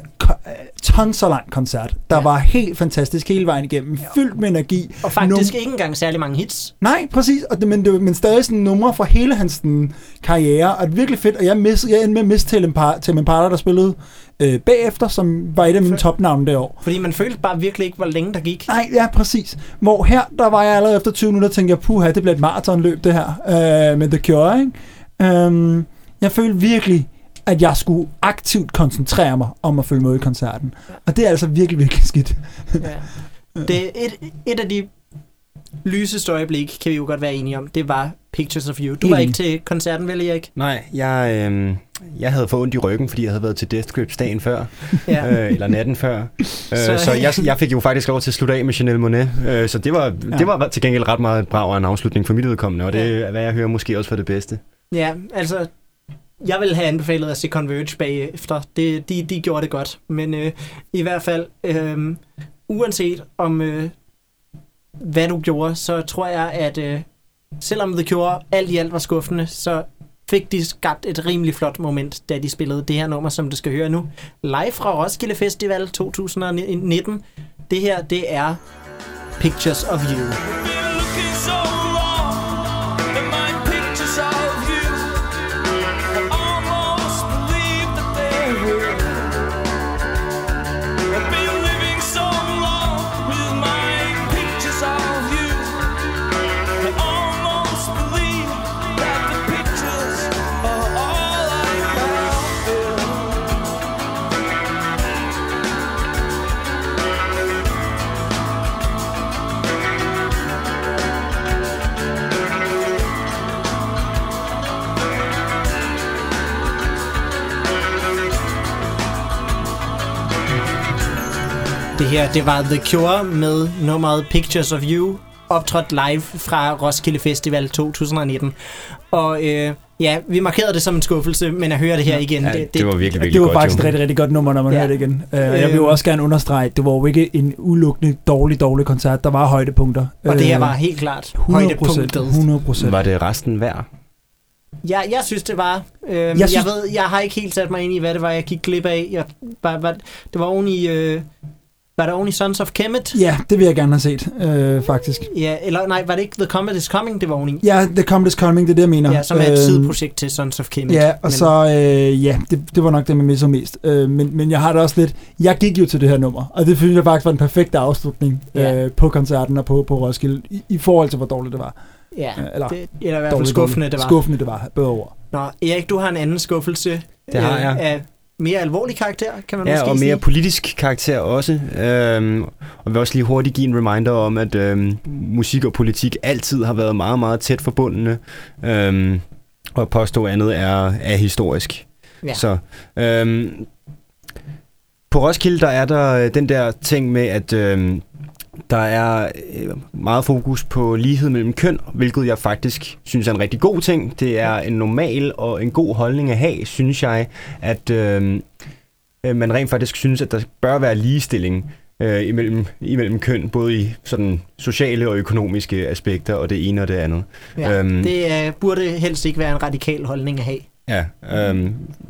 tons så lang koncert, der ja. var helt fantastisk hele vejen igennem, ja. fyldt med energi. Og faktisk Num- ikke engang særlig mange hits. Nej, præcis, og det, men, det, men stadig sådan numre fra hele hans den, karriere, og det er virkelig fedt, og jeg, miss, jeg endte med at miste Tame Impala, der spillede øh, bagefter, som var et af mine topnavne det år. Fordi man følte bare virkelig ikke, hvor længe der gik. Nej, ja, præcis. Hvor her, der var jeg allerede efter tyve minutter, og tænkte jeg, puha, det bliver et maratonløb det her, øh, med The Cure, ikke? Um, jeg følte virkelig, at jeg skulle aktivt koncentrere mig om at følge med i koncerten. Ja. Og det er altså virkelig, virkelig skidt. Ja. Det er et, et af de lyseste øjeblik, kan vi jo godt være enige om, det var Pictures of You. Du var ikke til koncerten, vel, Erik? Nej, jeg, øh, jeg havde fået ondt i ryggen, fordi jeg havde været til Death Grips dagen før, ja. øh, eller natten før. Øh, så så jeg, jeg fik jo faktisk lov til at slutte af med Chanel Monáe, øh, så det var, ja. det var til gengæld ret meget brav af en afslutning for mit udkommende, og det er, hvad jeg hører, måske også for det bedste. Ja, altså... Jeg ville have anbefalet at se Converge bagefter. Det, de, de gjorde det godt. Men øh, i hvert fald, øh, uanset om øh, hvad du gjorde, så tror jeg, at øh, selvom The Cure alt i alt var skuffende, så fik de skabt et rimelig flot moment, da de spillede det her nummer, som du skal høre nu. Live fra Roskilde Festival to tusind nitten. Det her, det er Pictures of You. Det her, det var The Cure med nummeret Pictures of You, optrådt live fra Roskilde Festival to tusind nitten. Og øh, ja, vi markerede det som en skuffelse, men at høre det her igen... Ja, det, det var virkelig, virkelig det var godt. faktisk et rigtig, rigtig godt nummer, når man ja. hører det igen. Uh, jeg vil jo også gerne understrege, det var jo ikke en udelukkende dårlig, dårlig koncert. Der var højdepunkter. Og det her var helt klart højdepunktet. hundrede procent. Var det resten værd? Ja, jeg synes, det var. Øhm, jeg, synes... jeg ved, jeg har ikke helt sat mig ind i, hvad det var, jeg gik glip af. Jeg, var, var, det var oven i... Øh, Var det oven i Sons of Kemet? Ja, det vil jeg gerne have set, øh, faktisk. Ja, eller nej, var det ikke The Comet is Coming, det var oven i? Ja, The Comet is Coming, det er det, jeg mener. Ja, som er et øh, sideprojekt til Sons of Kemet. Ja, og men... så, øh, ja, det, det var nok det, man misser mest. Øh, men, men jeg har det også lidt, jeg gik jo til det her nummer, og det synes jeg faktisk var den perfekte afslutning ja. øh, på koncerten og på, på Roskilde, i, i forhold til, hvor dårligt det var. Ja, øh, eller, det, eller i hvert fald skuffende, det var. Skuffende, det var, bedre ord. Nå, Erik, du har en anden skuffelse. Det har jeg. Øh, af mere alvorlig karakter, kan man ja, måske og mere sige. politisk karakter også. Øhm, og vil også lige hurtigt give en reminder om, at øhm, musik og politik altid har været meget, meget tæt forbundne. Øhm, og påstå andet er, er historisk. Ja. Så øhm, på Roskilde, der er der den der ting med, at øhm, der er meget fokus på lighed mellem køn, hvilket jeg faktisk synes er en rigtig god ting. Det er en normal og en god holdning at have, synes jeg, at øh, man rent faktisk synes, at der bør være ligestilling øh, imellem, imellem køn, både i sådan sociale og økonomiske aspekter, og det ene og det andet. Ja, øhm, det er, burde helst ikke være en radikal holdning at have. Ja, øhm,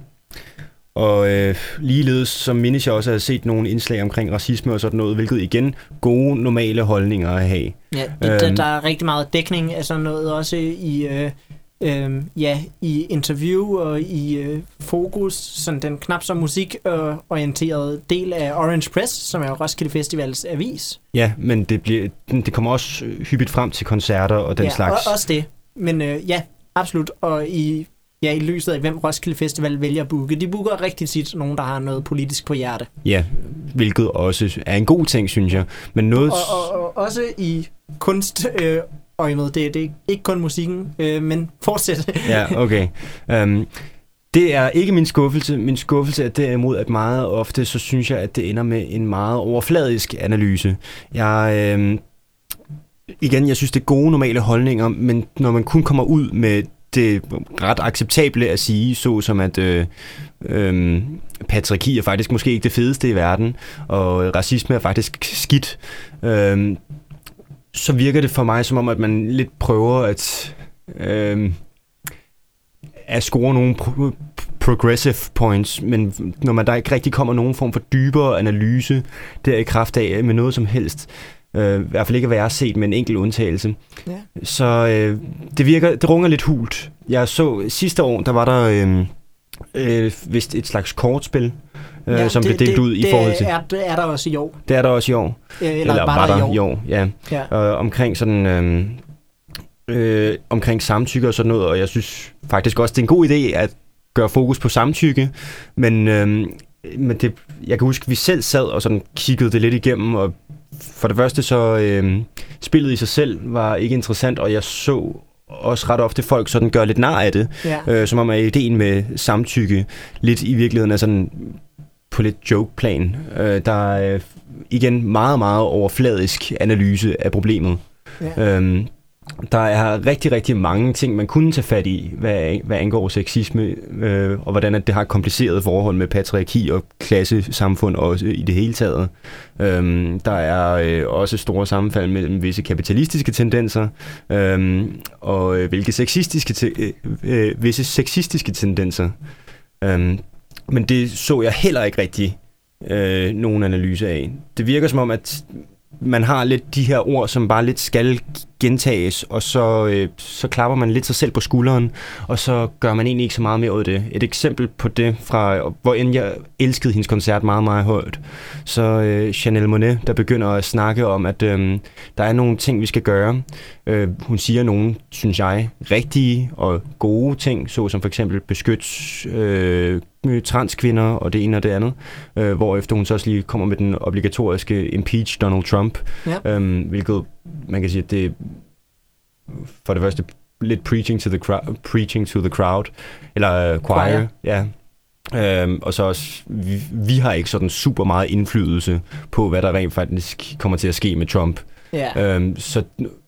og øh, ligeledes så mindes jeg også at have set nogle indslag omkring racisme og sådan noget, hvilket igen gode, normale holdninger at have. Ja, det, Øhm. der, der er rigtig meget dækning af sådan noget, også i, øh, øh, ja, i interview og i øh, fokus, sådan den knap så musikorienterede del af Orange Press, som er Roskilde Festivals avis. Ja, men det, bliver, det kommer også hyppigt frem til koncerter og den ja, slags. Og, også det. Men øh, ja, absolut. Og i, ja, i lyset af, hvem Roskilde Festival vælger at booke. De booker rigtig tit nogen, der har noget politisk på hjerte. Ja, hvilket også er en god ting, synes jeg. Men noget... Og, og, og også i kunst... Øh, øje med. Det, det er ikke kun musikken, øh, men fortsæt. Ja, okay. Um, det er ikke min skuffelse. Min skuffelse er derimod, at meget ofte, så synes jeg, at det ender med en meget overfladisk analyse. Jeg... Øh, igen, jeg synes, det er gode, normale holdninger, men når man kun kommer ud med det ret acceptable at sige, så som at øh, øh, patriarki er faktisk måske ikke det fedeste i verden, og racisme er faktisk skidt, øh, så virker det for mig som om, at man lidt prøver at, øh, at score nogle pro- progressive points, men når man der ikke rigtig kommer nogen form for dybere analyse der i kraft af med noget som helst, øh, i hvert fald ikke hvad jeg har set med en enkelt undtagelse, Ja. så øh, det virker, det runger lidt hult. Jeg så sidste år, der var der øh, øh, vist et slags kortspil, øh, Ja, som det, blev delt det, ud i det forhold til. Er, det er der også i år. Det er der også i år. Eller, Eller var der, i år. i år, ja. Ja. Øh, omkring sådan øh, øh, omkring samtykke og sådan noget, og jeg synes faktisk også, det er en god idé at gøre fokus på samtykke, men, øh, men det, jeg kan huske, at vi selv sad og sådan kiggede det lidt igennem, og for det første så øh, spillet i sig selv var ikke interessant, og jeg så også ret ofte folk sådan gøre lidt nar af det, Ja. øh, som om at ideen med samtykke lidt i virkeligheden er sådan på lidt joke-plan. Øh, der er igen meget, meget overfladisk analyse af problemet. Ja. Øhm, der er rigtig, rigtig mange ting, man kunne tage fat i, hvad, hvad angår sexisme, øh, og hvordan at det har kompliceret forhold med patriarki og klassesamfund også i det hele taget. Øhm, der er øh, også store sammenfald mellem visse kapitalistiske tendenser øh, og øh, hvilke sexistiske te- øh, øh, visse sexistiske tendenser. Øhm, men det så jeg heller ikke rigtig øh, nogen analyse af. Det virker som om, at man har lidt de her ord, som bare lidt skal gentages, og så, øh, så klapper man lidt sig selv på skulderen, og så gør man egentlig ikke så meget mere ud af det. Et eksempel på det, fra hvor end jeg elskede hendes koncert meget, meget højt, så øh, Janelle Monáe, der begynder at snakke om, at øh, der er nogle ting, vi skal gøre. Øh, hun siger nogle, synes jeg, rigtige og gode ting, såsom for eksempel beskytte øh, transkvinder og det ene og det andet, øh, hvorefter hun så også lige kommer med den obligatoriske impeach Donald Trump, Ja. øhm, hvilket man kan sige, at det er for det første lidt preaching to the crowd, preaching to the crowd, eller uh, choir, Choir. ja. Øhm, og så også, vi, vi har ikke sådan super meget indflydelse på, hvad der rent faktisk kommer til at ske med Trump. Ja. Øhm, så,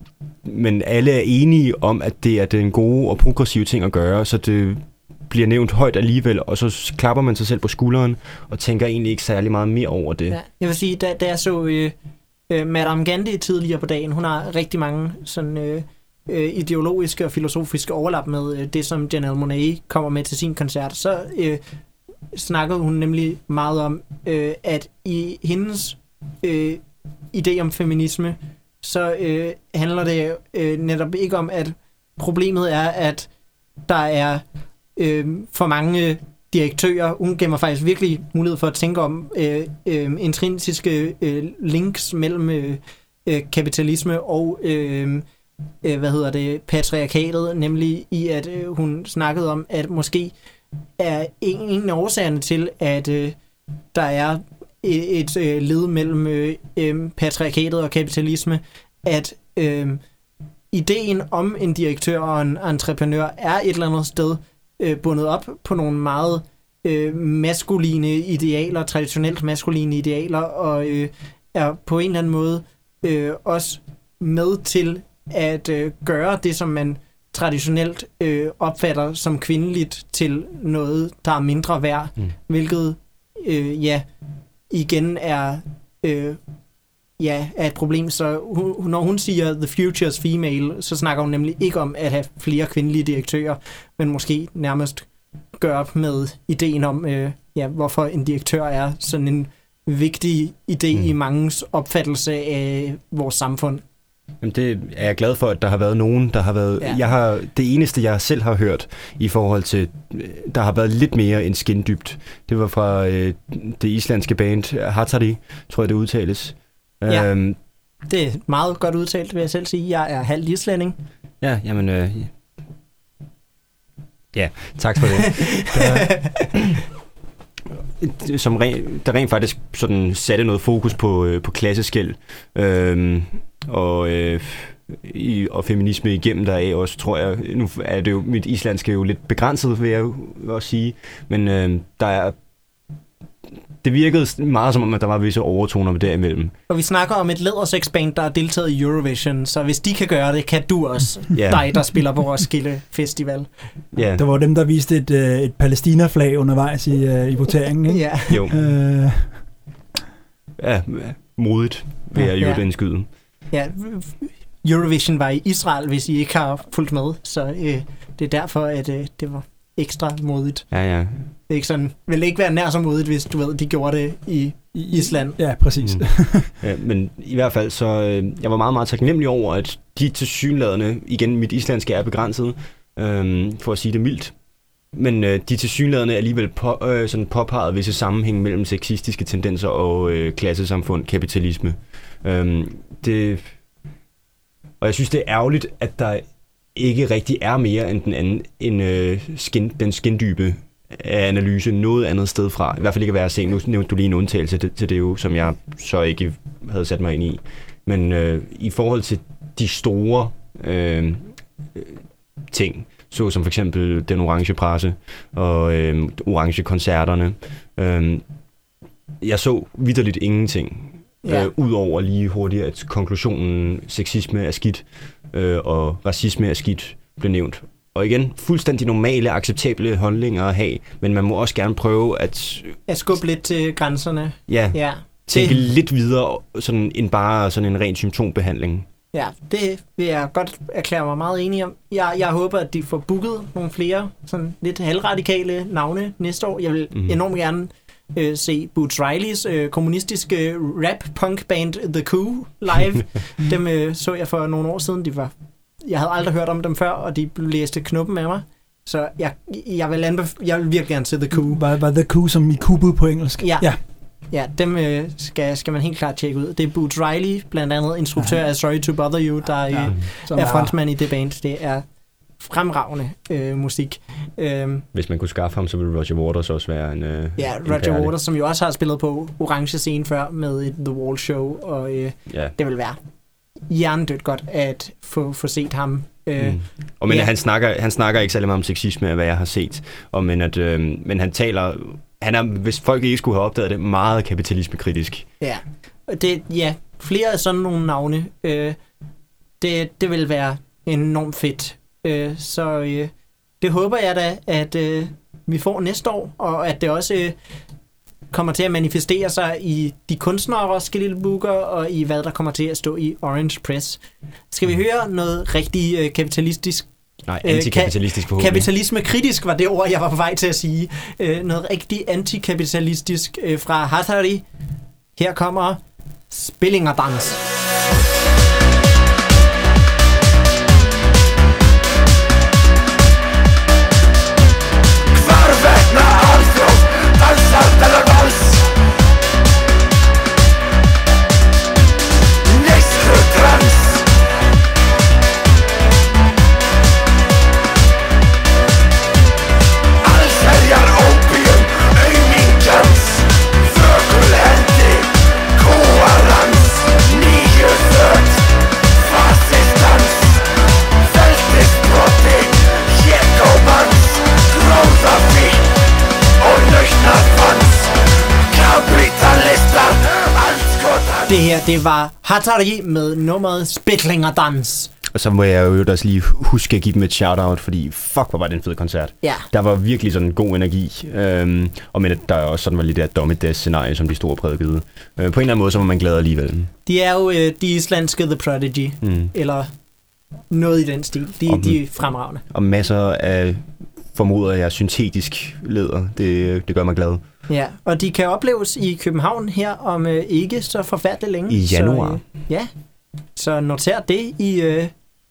men alle er enige om, at det er den gode og progressive ting at gøre, så det bliver nævnt højt alligevel, og så klapper man sig selv på skulderen, og tænker egentlig ikke særlig meget mere over det. Ja. Jeg vil sige, da, da jeg så øh, øh, Madame Gandhi tidligere på dagen, hun har rigtig mange sådan, øh, øh, ideologiske og filosofiske overlap med øh, det, som Janelle Monáe kommer med til sin koncert. Så øh, snakkede hun nemlig meget om, øh, at i hendes øh, idé om feminisme, så øh, handler det øh, netop ikke om, at problemet er, at der er øh, for mange direktører. Hun giver mig faktisk virkelig mulighed for at tænke om øh, øh, intrinsiske øh, links mellem øh, øh, kapitalisme og øh, øh, hvad hedder det, patriarkatet, nemlig i at øh, hun snakkede om, at måske er en, en af årsagerne til, at øh, der er et, et øh, led mellem øh, øh, patriarkatet og kapitalisme, at øh, ideen om en direktør og en entreprenør er et eller andet sted øh, bundet op på nogle meget øh, maskuline idealer, traditionelt maskuline idealer, og øh, er på en eller anden måde øh, også med til at øh, gøre det, som man traditionelt øh, opfatter som kvindeligt, til noget, der er mindre værd, mm. hvilket øh, ja, igen er øh, ja, er et problem. Så hun, når hun siger the future's female, så snakker hun nemlig ikke om at have flere kvindelige direktører, men måske nærmest gøre op med ideen om, øh, ja, hvorfor en direktør er sådan en vigtig idé mm. i mangens opfattelse af vores samfund. Jamen det er jeg glad for, at der har været nogen, der har været... Ja. Jeg har, det eneste, jeg selv har hørt i forhold til... Der har været lidt mere end skindybt. Det var fra øh, det islandske band Hatari, tror jeg det udtales. Ja, øhm, det er meget godt udtalt, vil jeg selv sige. Jeg er halvt islænding. Ja, jamen... Øh, ja, tak for det. Der, som ren, der rent faktisk sådan satte noget fokus på, øh, på klasseskel. Øh, og, øh, i, og feminisme igennem deraf også, tror jeg. Nu er det jo, mit islandske er jo lidt begrænset, vil jeg jo også sige, men øh, der er, det virkede meget som om, at der var visse overtoner derimellem. Og vi snakker om et lædersexband, der har deltaget i Eurovision, så hvis de kan gøre det, kan du også. Yeah. Dig, der spiller på Roskilde Festival. Yeah. Der var dem, der viste et, et Palæstina-flag undervejs i, i voteringen, ikke? Ja. Jo. Øh. Ja, modigt vil jeg jo ja. den skyde. Ja, Eurovision var i Israel, hvis I ikke har fulgt med, så øh, det er derfor, at øh, det var ekstra modigt. Ja, ja. Det er ikke sådan, vil ikke være nær så modigt, hvis du ved, de gjorde det i, i Island. Ja, præcis. Mm. Ja, men i hvert fald, så øh, jeg var meget, meget taknemmelig over, at de tilsyneladende, igen, mit islandske er begrænset, øh, for at sige det mildt, men øh, de tilsyneladende alligevel på, øh, sådan påpegede visse sammenhæng mellem sexistiske tendenser og øh, klassesamfund, kapitalisme. Øh, det... Og jeg synes, det er ærgerligt, at der ikke rigtig er mere end den anden, end øh, skin, den skindybe analyse noget andet sted fra. I hvert fald ikke at være sen. Nu nævnte du lige en undtagelse til, til det jo, som jeg så ikke havde sat mig ind i. Men øh, i forhold til de store øh, ting, så som for eksempel den orange presse og øh, orange koncerterne, øh, jeg så vitterligt ingenting. Ja. Øh, Udover lige hurtigt, at konklusionen sexisme er skidt, øh, og racisme er skidt, blev nævnt. Og igen, fuldstændig normale, acceptable handlinger at have, men man må også gerne prøve at... At skubbe lidt til grænserne. Ja, ja. tænke det... lidt videre, sådan, end bare sådan en ren symptombehandling. Ja, det vil jeg godt erklære mig meget enig om. Jeg, jeg håber, at de får booket nogle flere sådan lidt halvradikale navne næste år. Jeg vil mm. enormt gerne... Øh, se Boots Rileys øh, kommunistiske rap-punk-band The Coup live. Dem øh, så jeg for nogle år siden. De var, jeg havde aldrig hørt om dem før, og de læste knuppen af mig. Så jeg, jeg, vil, anbef- jeg vil virkelig gerne se The Coup. Var, var The Coup som i Kubu på engelsk? Ja, ja. ja dem øh, skal, skal man helt klart tjekke ud. Det er Boots Riley, blandt andet instruktør af Sorry to Bother You, der ja, er, er frontman i det band. Det er fremragende øh, musik. Øhm, Hvis man kunne skaffe ham, så ville Roger Waters også være en øh, Ja, en Roger perle. Waters, som jo også har spillet på Orange Scene før med et The Wall Show, og øh, ja. det vil være hjernedødt godt at få, få set ham. Øh, mm. Og men ja. han snakker han snakker ikke særlig meget om sexisme, hvad jeg har set, og men at øh, men han taler han er, hvis folk ikke skulle have opdaget det, meget kapitalismekritisk. Ja. Det ja, flere af sådan nogle navne. Øh, det det vil være enormt fedt. Øh, så øh, det håber jeg da, at øh, vi får næste år, og at det også øh, kommer til at manifestere sig i de kunstnere, Roskilde Booker, og i hvad der kommer til at stå i Orange Press. Skal vi høre noget rigtig øh, kapitalistisk? Nej, antikapitalistisk forhåbentlig. Kapitalisme-kritisk var det ord, jeg var på vej til at sige. Øh, noget rigtig antikapitalistisk øh, fra Hatari. Her kommer Spillingerdans. All det var Hatari med nummeret Spitlinger Dans. Og så må jeg jo også lige huske at give dem et shout-out, fordi fuck, hvor var det en fed koncert. Ja. Der var virkelig sådan en god energi, øhm, og men der er også sådan var lidt det dumme death-scenarie, som de store prædikede. Øh, på en eller anden måde, så var man glad alligevel. De er jo øh, de islandske The Prodigy, mm. eller noget i den stil. De, og, de er fremragende. Og masser af, formoder jeg, syntetisk læder. Det, det gør mig glad. Ja, og de kan opleves i København her om øh, ikke så forfærdeligt længe. I januar. Så, øh, ja, så noter det i, øh,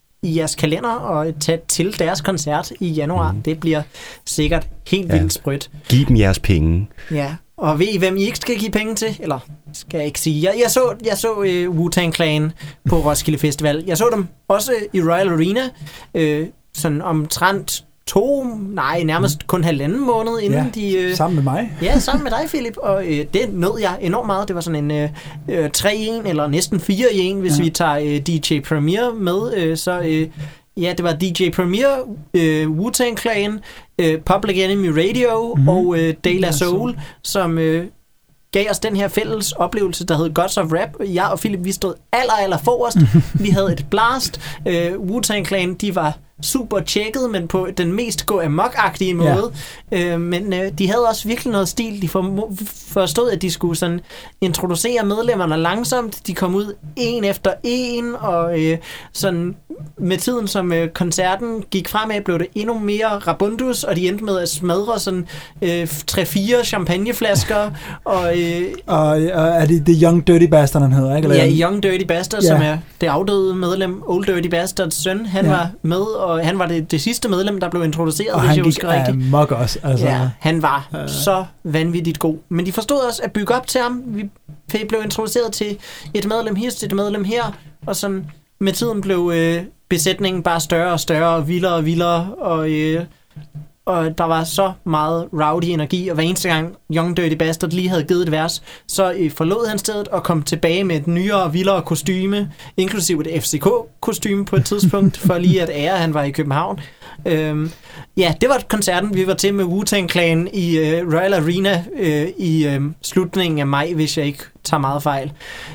i jeres kalender og tag til deres koncert i januar. Mm. Det bliver sikkert helt vildt ja. sprødt. Giv dem jeres penge. Ja, og ved I, hvem I ikke skal give penge til? Eller skal jeg ikke sige? Jeg, jeg så, jeg så uh, Wu-Tang Clan på Roskilde Festival. Jeg så dem også i Royal Arena, øh, sådan omtrent to, nej, nærmest kun halvanden måned, inden ja, de... Øh, sammen med mig. Ja, sammen med dig, Philip. Og øh, det nød jeg enormt meget. Det var sådan en øh, tre i en, eller næsten fire i en, hvis ja. vi tager øh, D J Premier med. Øh, så øh, ja, det var D J Premier, øh, Wu-Tang Clan, øh, Public Enemy Radio mm-hmm. og øh, De La Soul, som... Øh, gav os den her fælles oplevelse, der hed Gods of Rap. Jeg og Philip, vi stod aller, aller forrest. Vi havde et blast. Øh, Wu-Tang Clan, de var super tjekket, men på den mest gå amok-agtige måde. Ja. Øh, men øh, de havde også virkelig noget stil. De forstod, at de skulle sådan introducere medlemmerne langsomt. De kom ud en efter en, og øh, sådan med tiden, som øh, koncerten gik fremad, blev det endnu mere rabundus, og de endte med at smadre sådan øh, tre-fire champagneflasker. og, øh, og, og er det The Young Dirty Bastard, han hedder, ikke? Eller? Ja, Young Dirty Bastard, ja. som er det afdøde medlem, Old Dirty Bastards søn. Han ja. var med, og han var det, det sidste medlem, der blev introduceret, og hvis han jeg husker rigtigt. Amok også, altså. Ja, han var uh. så vanvittigt god. Men de forstod også at bygge op til ham. Vi blev introduceret til et medlem her, til et medlem her, og sådan med tiden blev øh, besætningen bare større og større, og vildere og vildere, og, øh, og der var så meget rowdy energi, og hver eneste gang Young Dirty Bastard lige havde givet et vers, så øh, forlod han stedet og kom tilbage med et nyere og vildere kostyme, inklusive et F C K-kostyme på et tidspunkt, for lige at ære, at han var i København. Øhm, ja, det var koncerten, vi var til med Wu-Tang Clan i øh, Royal Arena øh, i øh, slutningen af maj, hvis jeg ikke tager meget fejl.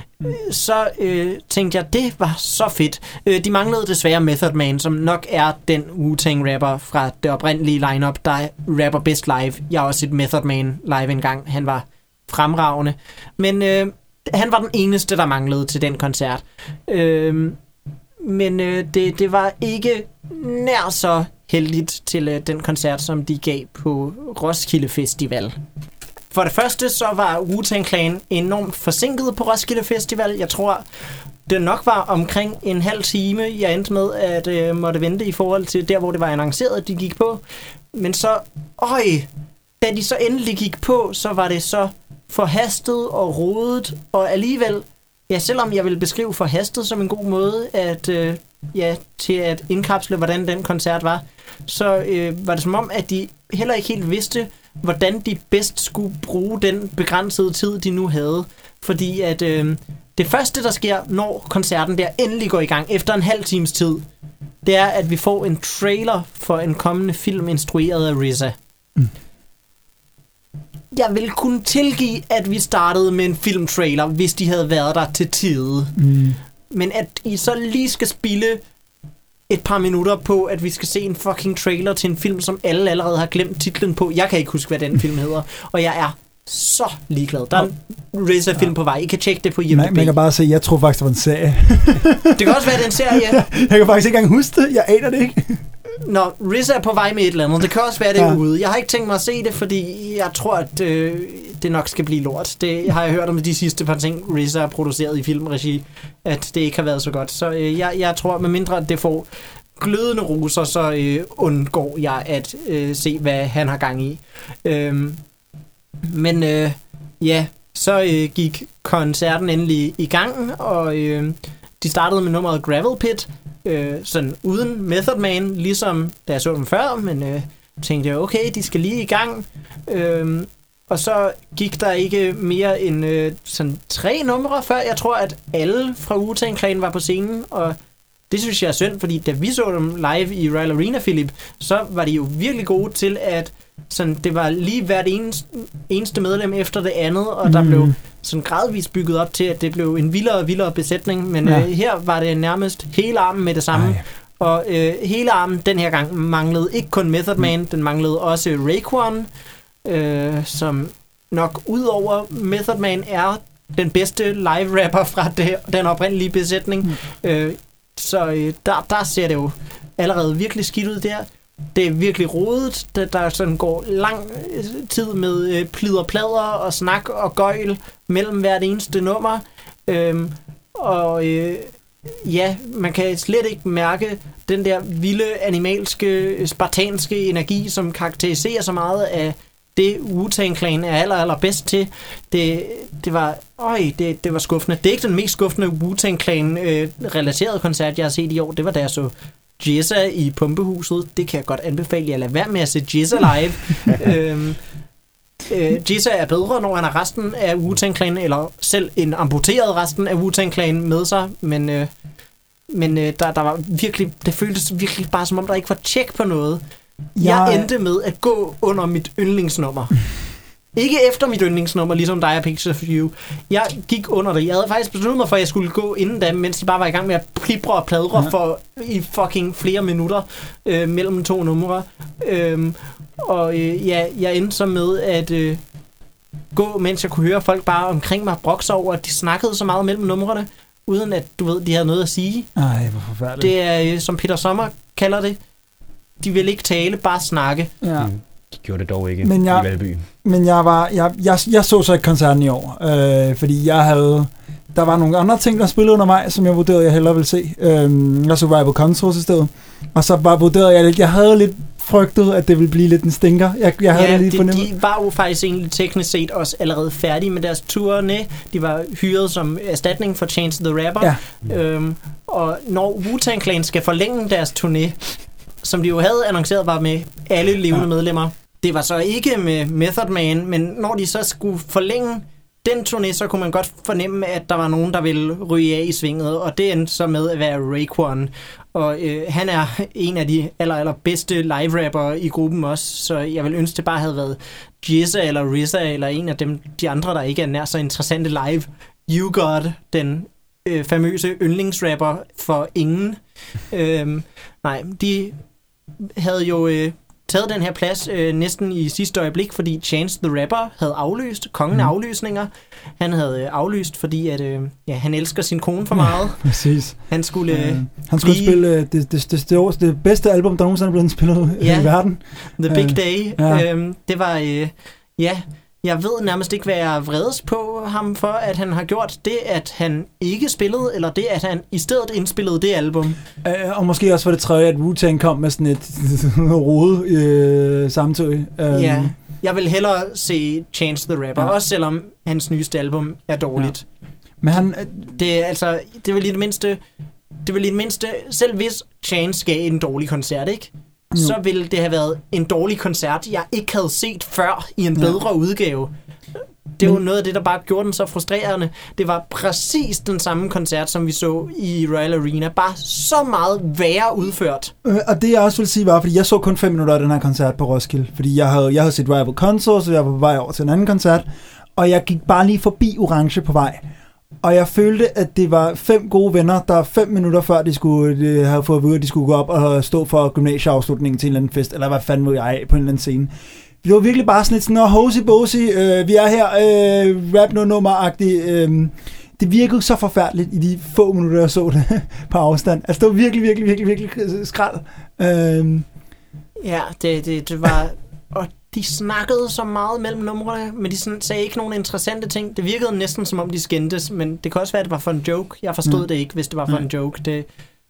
Så øh, tænkte jeg, det var så fedt. Øh, de manglede desværre Method Man, som nok er den Wu-Tang-rapper fra det oprindelige lineup, der rapper bedst live. Jeg har også set Method Man live engang. Han var fremragende. Men øh, han var den eneste, der manglede til den koncert. Øh, men øh, det, det var ikke nær så heldigt til øh, den koncert, som de gav på Roskilde Festival. For det første, så var Wu-Tang Clan enormt forsinket på Roskilde Festival. Jeg tror, det nok var omkring en halv time, jeg endte med at øh, måtte vente i forhold til der, hvor det var annonceret, at de gik på. Men så, øj, da de så endelig gik på, så var det så forhastet og rodet, og alligevel, ja, selvom jeg vil beskrive forhastet som en god måde at, øh, ja, til at indkapsle, hvordan den koncert var, så øh, var det som om, at de heller ikke helt vidste, hvordan de bedst skulle bruge den begrænsede tid, de nu havde. Fordi at øh, det første, der sker, når koncerten der endelig går i gang, efter en halv times tid, det er, at vi får en trailer for en kommende film, instrueret af R Z A. Mm. Jeg vil kunne tilgive, at vi startede med en filmtrailer, hvis de havde været der til tide. Mm. Men at I så lige skal spille et par minutter på, at vi skal se en fucking trailer til en film, som alle allerede har glemt titlen på. Jeg kan ikke huske, hvad den film hedder. Og jeg er så ligeglad. Der er en R Z A-film på vej. I kan tjekke det på I M D B. Man kan bare se, jeg tror faktisk, det var en serie. Det kan også være, det er en serie. Jeg kan faktisk ikke engang huske det. Jeg aner det ikke. Nå, R Z A er på vej med et eller andet. Det kan også være, det er ja. ude. Jeg har ikke tænkt mig at se det, fordi jeg tror, at øh, det nok skal blive lort. Det har jeg hørt om de sidste par ting, R Z A har produceret i filmregi, at det ikke har været så godt. Så øh, jeg, jeg tror, med mindre at det får glødende roser, så øh, undgår jeg at øh, se, hvad han har gang i. Øhm, men øh, ja, så øh, gik koncerten endelig i gang, og øh, de startede med nummeret Gravel Pit, øh, sådan uden Method Man, ligesom da jeg så dem før, men øh, tænkte jeg, okay, de skal lige i gang. Øh, og så gik der ikke mere end øh, sådan tre numre før. Jeg tror, at alle fra Wu-Tang Clan var på scenen, og det synes jeg er synd, fordi da vi så dem live i Royal Arena, Philip, så var de jo virkelig gode til at sådan, det var lige hvert eneste, eneste medlem efter det andet, og Mm. der blev sådan gradvist bygget op til, at det blev en vildere og vildere besætning, men Ja. øh, her var det nærmest hele armen med det samme. Ej. Og øh, hele armen den her gang manglede ikke kun Method Man, mm. den manglede også Raekwon, øh, som nok udover Method Man er den bedste live-rapper fra det, den oprindelige besætning. Mm. Øh, så øh, der, der ser det jo allerede virkelig skidt ud der. Det er virkelig rodet. Der, der sådan går lang tid med øh, plid og plader og snak og gøjl mellem hvert eneste nummer. Øh, og øh, ja, man kan slet ikke mærke den der vilde, animalske, spartanske energi, som karakteriserer så meget af det Wu-Tang Clan er aller, aller bedst til. Det, det var øj, det, det var skuffende. Det er ikke den mest skuffende Wu-Tang Clan øh, relaterede koncert, jeg har set i år. Det var da jeg så Jizza i Pumpehuset. Det kan jeg godt anbefale jer at lade være med at se Jizza live. øhm, øh, Jizza er bedre, når han har resten af Wu-Tang Clan, eller selv en amputeret resten af Wu-Tang Clan med sig, men, øh, men øh, der, der var virkelig, det føltes virkelig bare som om, der ikke var tjek på noget. Jeg Jeg- endte med at gå under mit yndlingsnummer. Ikke efter mit yndlingsnummer, ligesom dig og Pictures of You. Jeg gik under det. Jeg havde faktisk besluttet mig for, at jeg skulle gå inden da, mens de bare var i gang med at plibre og pladre Ja. for i fucking flere minutter øh, mellem to numre. Øhm, og øh, ja, jeg endte så med at øh, gå, mens jeg kunne høre folk bare omkring mig brokse over, at de snakkede så meget mellem numrene, uden at, du ved, de havde noget at sige. Ej, hvor forfærdeligt. Det er, øh, som Peter Sommer kalder det, de vil ikke tale, bare snakke. Ja. Mm. De gjorde det dog ikke Men jeg- i Valby. Men jeg var, jeg, jeg, jeg så så ikke koncerten i år, øh, fordi jeg havde, der var nogle andre ting, der spillede under mig, som jeg vurderede, jeg hellere ville se. Øh, jeg så Rival Controls i stedet, og så bare vurderede jeg lidt, jeg havde lidt frygtet, at det ville blive lidt en stinker. Jeg, jeg havde Ja, lige de, fornemmet. de var jo faktisk egentlig teknisk set også allerede færdige med deres turné. De var hyret som erstatning for Chance the Rapper. Ja. Øhm, og når Wu-Tang Clan skal forlænge deres turné, som de jo havde annonceret var med alle levende Ja. medlemmer, det var så ikke med Method Man, men når de så skulle forlænge den turné, så kunne man godt fornemme, at der var nogen, der ville ryge af i svinget, og det endte så med at være Raekwon. Og øh, han er en af de aller, aller bedste live-rappere i gruppen også, så jeg vil ønske, det bare havde været Jizza eller R Z A, eller en af dem, de andre, der ikke er nær så interessante live. You Got, den øh, famøse yndlingsrapper for ingen. øhm, nej, de havde jo øh, taget den her plads øh, næsten i sidste øjeblik, fordi Chance the Rapper havde aflyst, kongen af Mhm. aflysninger. Han havde øh, aflyst, fordi at, øh, ja, han elsker sin kone for meget. Præcis. Han skulle... Øh, Øh, han skulle blive- spille øh, det, det, det, det, det, det bedste album, der nogensinde er blevet spillet Ja. i verden. The Big Øh, Day. ja. Øhm, det var, øh, ja, jeg ved nærmest ikke, hvad jeg vredes på ham for, at han har gjort det, at han ikke spillede, eller det, at han i stedet indspillede det album. Øh, og måske også for det tredje, at Wu-Tang kom med sådan et rode øh, samtidig. Øh, Ja, jeg vil hellere se Chance the Rapper, Ja. også selvom hans nyeste album er dårligt. Men han, Det er altså, det vil i det mindste, det vil i det mindste, selv hvis Chance gav en dårlig koncert, ikke? Jo. Så ville det have været en dårlig koncert, jeg ikke havde set før i en Ja. bedre udgave. Det er jo Men- noget af det, der bare gjorde den så frustrerende. Det var præcis den samme koncert, som vi så i Royal Arena. Bare så meget værre udført. Øh, og det jeg også vil sige var, fordi jeg så kun fem minutter af den her koncert på Roskilde, fordi jeg havde, jeg havde set Rival Concerts, så jeg var på vej over til en anden koncert, og jeg gik bare lige forbi Orange på vej. Og jeg følte, at det var fem gode venner, der fem minutter før de skulle de havde fået at vide, at de skulle gå op og stå for gymnasieafslutningen til en eller anden fest, eller hvad fanden var jeg på en eller anden scene. Det var virkelig bare sådan lidt sådan, hosey bosi, øh, vi er her, øh, rap no nummer-agtigt. Øh, det virkede så forfærdeligt i de få minutter, jeg så det på afstand. Altså, det var virkelig, virkelig, virkelig, virkelig skrald. Øh, Ja, det, det, det var... Og de snakkede så meget mellem numrene, men de sådan, sagde ikke nogen interessante ting. Det virkede næsten, som om de skændtes, men det kan også være, at det var for en joke. Jeg forstod Mm. det ikke, hvis det var for Mm. en joke. Det,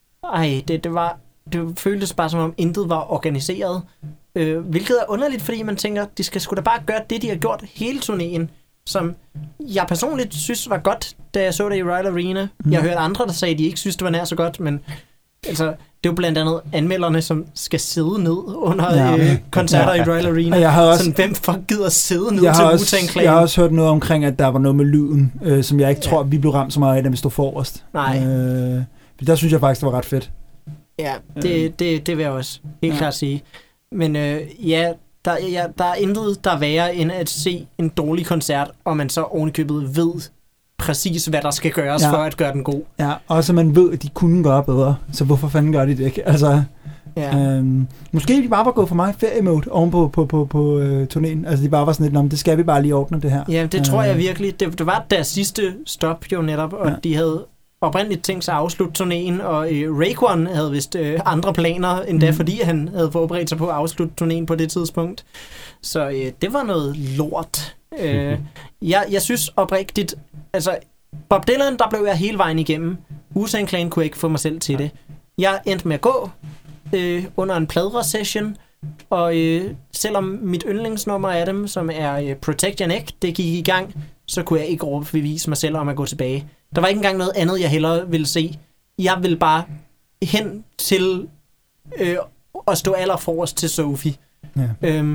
ej, det, det var... Det føltes bare, som om intet var organiseret. Øh, hvilket er underligt, fordi man tænker, de skal sgu da bare gøre det, de har gjort hele turnéen, som jeg personligt synes var godt, da jeg så det i Royal Arena. Mm. Jeg har hørt andre, der sagde, at de ikke synes, det var nær så godt, men altså, det er jo blandt andet anmelderne, som skal sidde ned under Ja. ja. øh, koncerter Ja. i Royal Arena. Og jeg havde også- Sådan, hvem fuck gider sidde ned jeg, til har Wu-Tang også, Clan? jeg har også hørt noget omkring, at der var noget med lyden, øh, som jeg ikke Ja. tror, vi blev ramt så meget af, da vi stod forrest. Nej. Øh, for der synes jeg faktisk, det var ret fedt. Ja, det, det, det vil jeg også helt Ja. klart sige. Men øh, ja, Der, ja, der er intet, der er værre end at se en dårlig koncert, og man så ovenikøbet ved præcis, hvad der skal gøres ja. for at gøre den god. Ja, og så man ved, at de kunne gøre bedre, så hvorfor fanden gør de det ikke? Altså, ja. øhm, måske de bare var gået for mig ferie-mode oven på, på, på, på øh, turnéen. Altså, de bare var sådan lidt, det skal vi bare lige ordne det her. Ja, det tror jeg virkelig. Det, det var deres sidste stop jo netop, og ja. de havde oprindeligt tænkt sig at afslutte turnéen, og øh, Raekwon havde vist øh, andre planer, endda mm. fordi han havde forberedt sig på at afslutte turnéen på det tidspunkt. Så øh, det var noget lort. Øh, jeg, jeg synes oprigtigt, altså Bob Dylan, der blev jeg hele vejen igennem. Wu-Tang Clan kunne ikke få mig selv til det. Jeg endte med at gå øh, under en pladre-session, og øh, selvom mit yndlingsnummer af dem, som er øh, Protect Your Neck, det gik i gang, så kunne jeg ikke overbevise mig selv om at gå tilbage. Der var ikke engang noget andet, jeg hellere ville se. Jeg ville bare hen til øh, at stå allerforrest til Sophie. Ja. Øhm,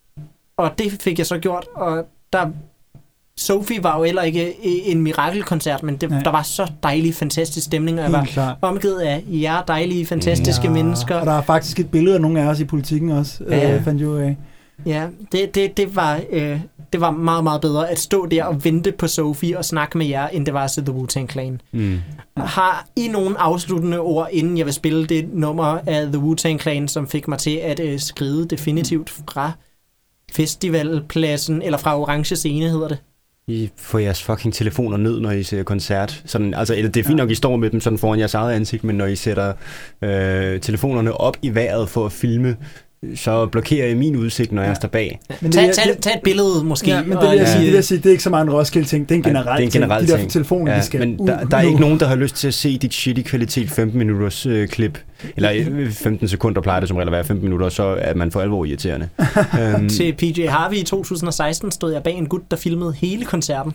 og det fik jeg så gjort, og der... Sophie var jo heller ikke en mirakelkoncert, men det, der var så dejlig, fantastisk stemning, og jeg var klar. omgivet af jer dejlige, fantastiske ja. mennesker. Og der er faktisk et billede af nogle af os i politikken også, ja. øh, fandt jo af. Ja, det, det, det, var, øh, det var meget, meget bedre at stå der og vente på Sophie og snakke med jer, end det var at se The Wu-Tang Clan. Mm. Har I nogle afsluttende ord, inden jeg vil spille det nummer af The Wu-Tang Clan, som fik mig til at øh, skride definitivt fra festivalpladsen, eller fra Orange Scene hedder det? I får jeres fucking telefoner ned, når I ser koncert. Sådan, altså, eller det er fint nok, I står med dem sådan foran jeres eget ansigt, men når I sætter øh, telefonerne op i vejret for at filme, så blokerer I min udsigt, når jeg står bag. Ja. Men det, tag, tag, tag et billede måske. Ja, men det vil jeg sige, det vil jeg sige, det er ikke så meget en Roskilde-ting, det er en generel ting. Det er en generel ting. ting. De der telefoner, ja, de skal men der, der er ikke nogen, der har lyst til at se dit shitty kvalitet femten minutters øh, klip. Eller femten sekunder plejer det som regel at være femten minutter, så er man for alvor irriterende. um, Til P J Harvey i to tusind og seksten stod jeg bag en gut, der filmede hele koncerten.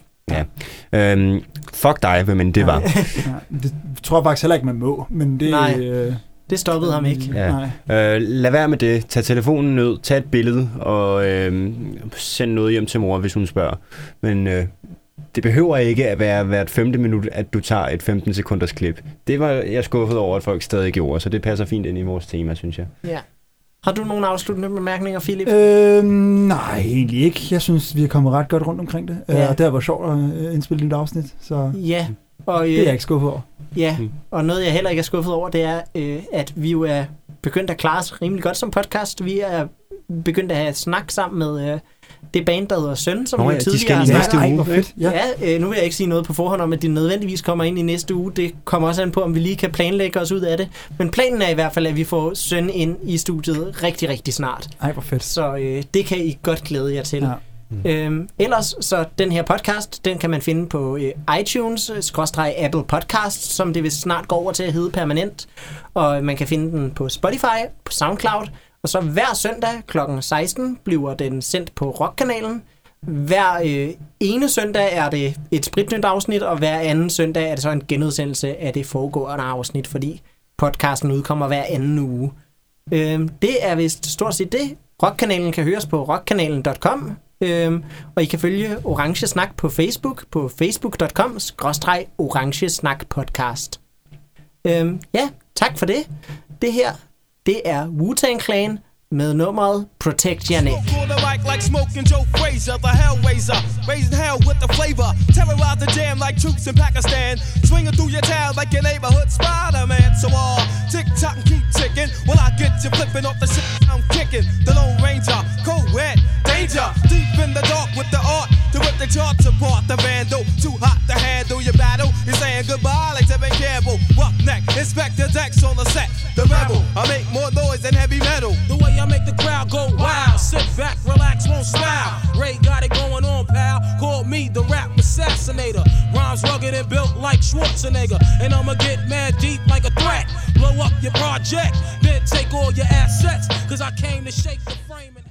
Ja. Um, fuck dig, hvem end det var. Ja, det tror jeg faktisk heller ikke, man må. Men det, Nej. Øh, Det stoppede ham ikke. Ja. Øh, lad være med det. Tag telefonen ned, tag et billede og øh, send noget hjem til mor, hvis hun spørger. Men øh, det behøver ikke at være hvert femte minut, at du tager et femten sekunders klip. Det var jeg skuffet over, at folk stadig gjorde, så det passer fint ind i vores tema, synes jeg. Ja. Har du nogle afsluttende bemærkninger, Philip? Øh, nej, egentlig ikke. Jeg synes, vi er kommet ret godt rundt omkring det. Ja. Og det har været sjovt at indspille et afsnit, så ja. Og, øh, det er jeg ikke skuffet over. Ja, og noget jeg heller ikke er skuffet over, det er, øh, at vi jo er begyndt at klare os rimelig godt som podcast. Vi er begyndt at have snak sammen med øh, det band, der hedder Søn, som Nå, vi ja, tidligere har snakket snakket om. Ja, ja øh, nu vil jeg ikke sige noget på forhånd om, at de nødvendigvis kommer ind i næste uge. Det kommer også an på, om vi lige kan planlægge os ud af det. Men planen er i hvert fald, at vi får Søn ind i studiet rigtig, rigtig snart. Ej, hvor fedt. Så øh, det kan I godt glæde jer til. Ja. Mm. Øhm, ellers, så den her podcast, den kan man finde på øh, iTunes, skråstreg Apple Podcasts, som det vil snart gå over til at hedde permanent. Og man kan finde den på Spotify, på SoundCloud. Og så hver søndag klokken seksten bliver den sendt på Rockkanalen. Hver øh, ene søndag er det et spritnyt afsnit, og hver anden søndag er det så en genudsendelse af det foregående afsnit, fordi podcasten udkommer hver anden uge. Øhm, det er vist stort set det. Rockkanalen kan høres på rockkanalen punktum com. Øhm, og I kan følge Orange Snak på Facebook på facebook punktum com skråstreg Orange Snak podcast. Øhm, ja, tak for det. Det her, det er Wu-Tang Clan med nummeret Protect Your Neck. Pull the mic like smoking Joe Frazier, the Hellraiser, raising hell with the flavor, terrorize the jam like troops in Pakistan, swinging through your town like your neighborhood Spider-Man. So all tick tock and keep ticking, while I get you flipping off the shit I'm kicking. The Lone Ranger, co-ed, danger, deep in the dark with the art to rip the charts apart. The vandal, too hot to handle your battle. You're saying goodbye like Tevin Campbell. Roughneck, Inspector Dex on the set. The rebel, I make more noise than heavy metal. The way I make the crowd go wild. Sit back, relax, won't smile. Ray got it going on, pal. Call me the rap assassinator. Rhymes rugged and built like Schwarzenegger. And I'ma get mad deep like a threat. Blow up your project, then take all your assets. Cause I came to shake the frame and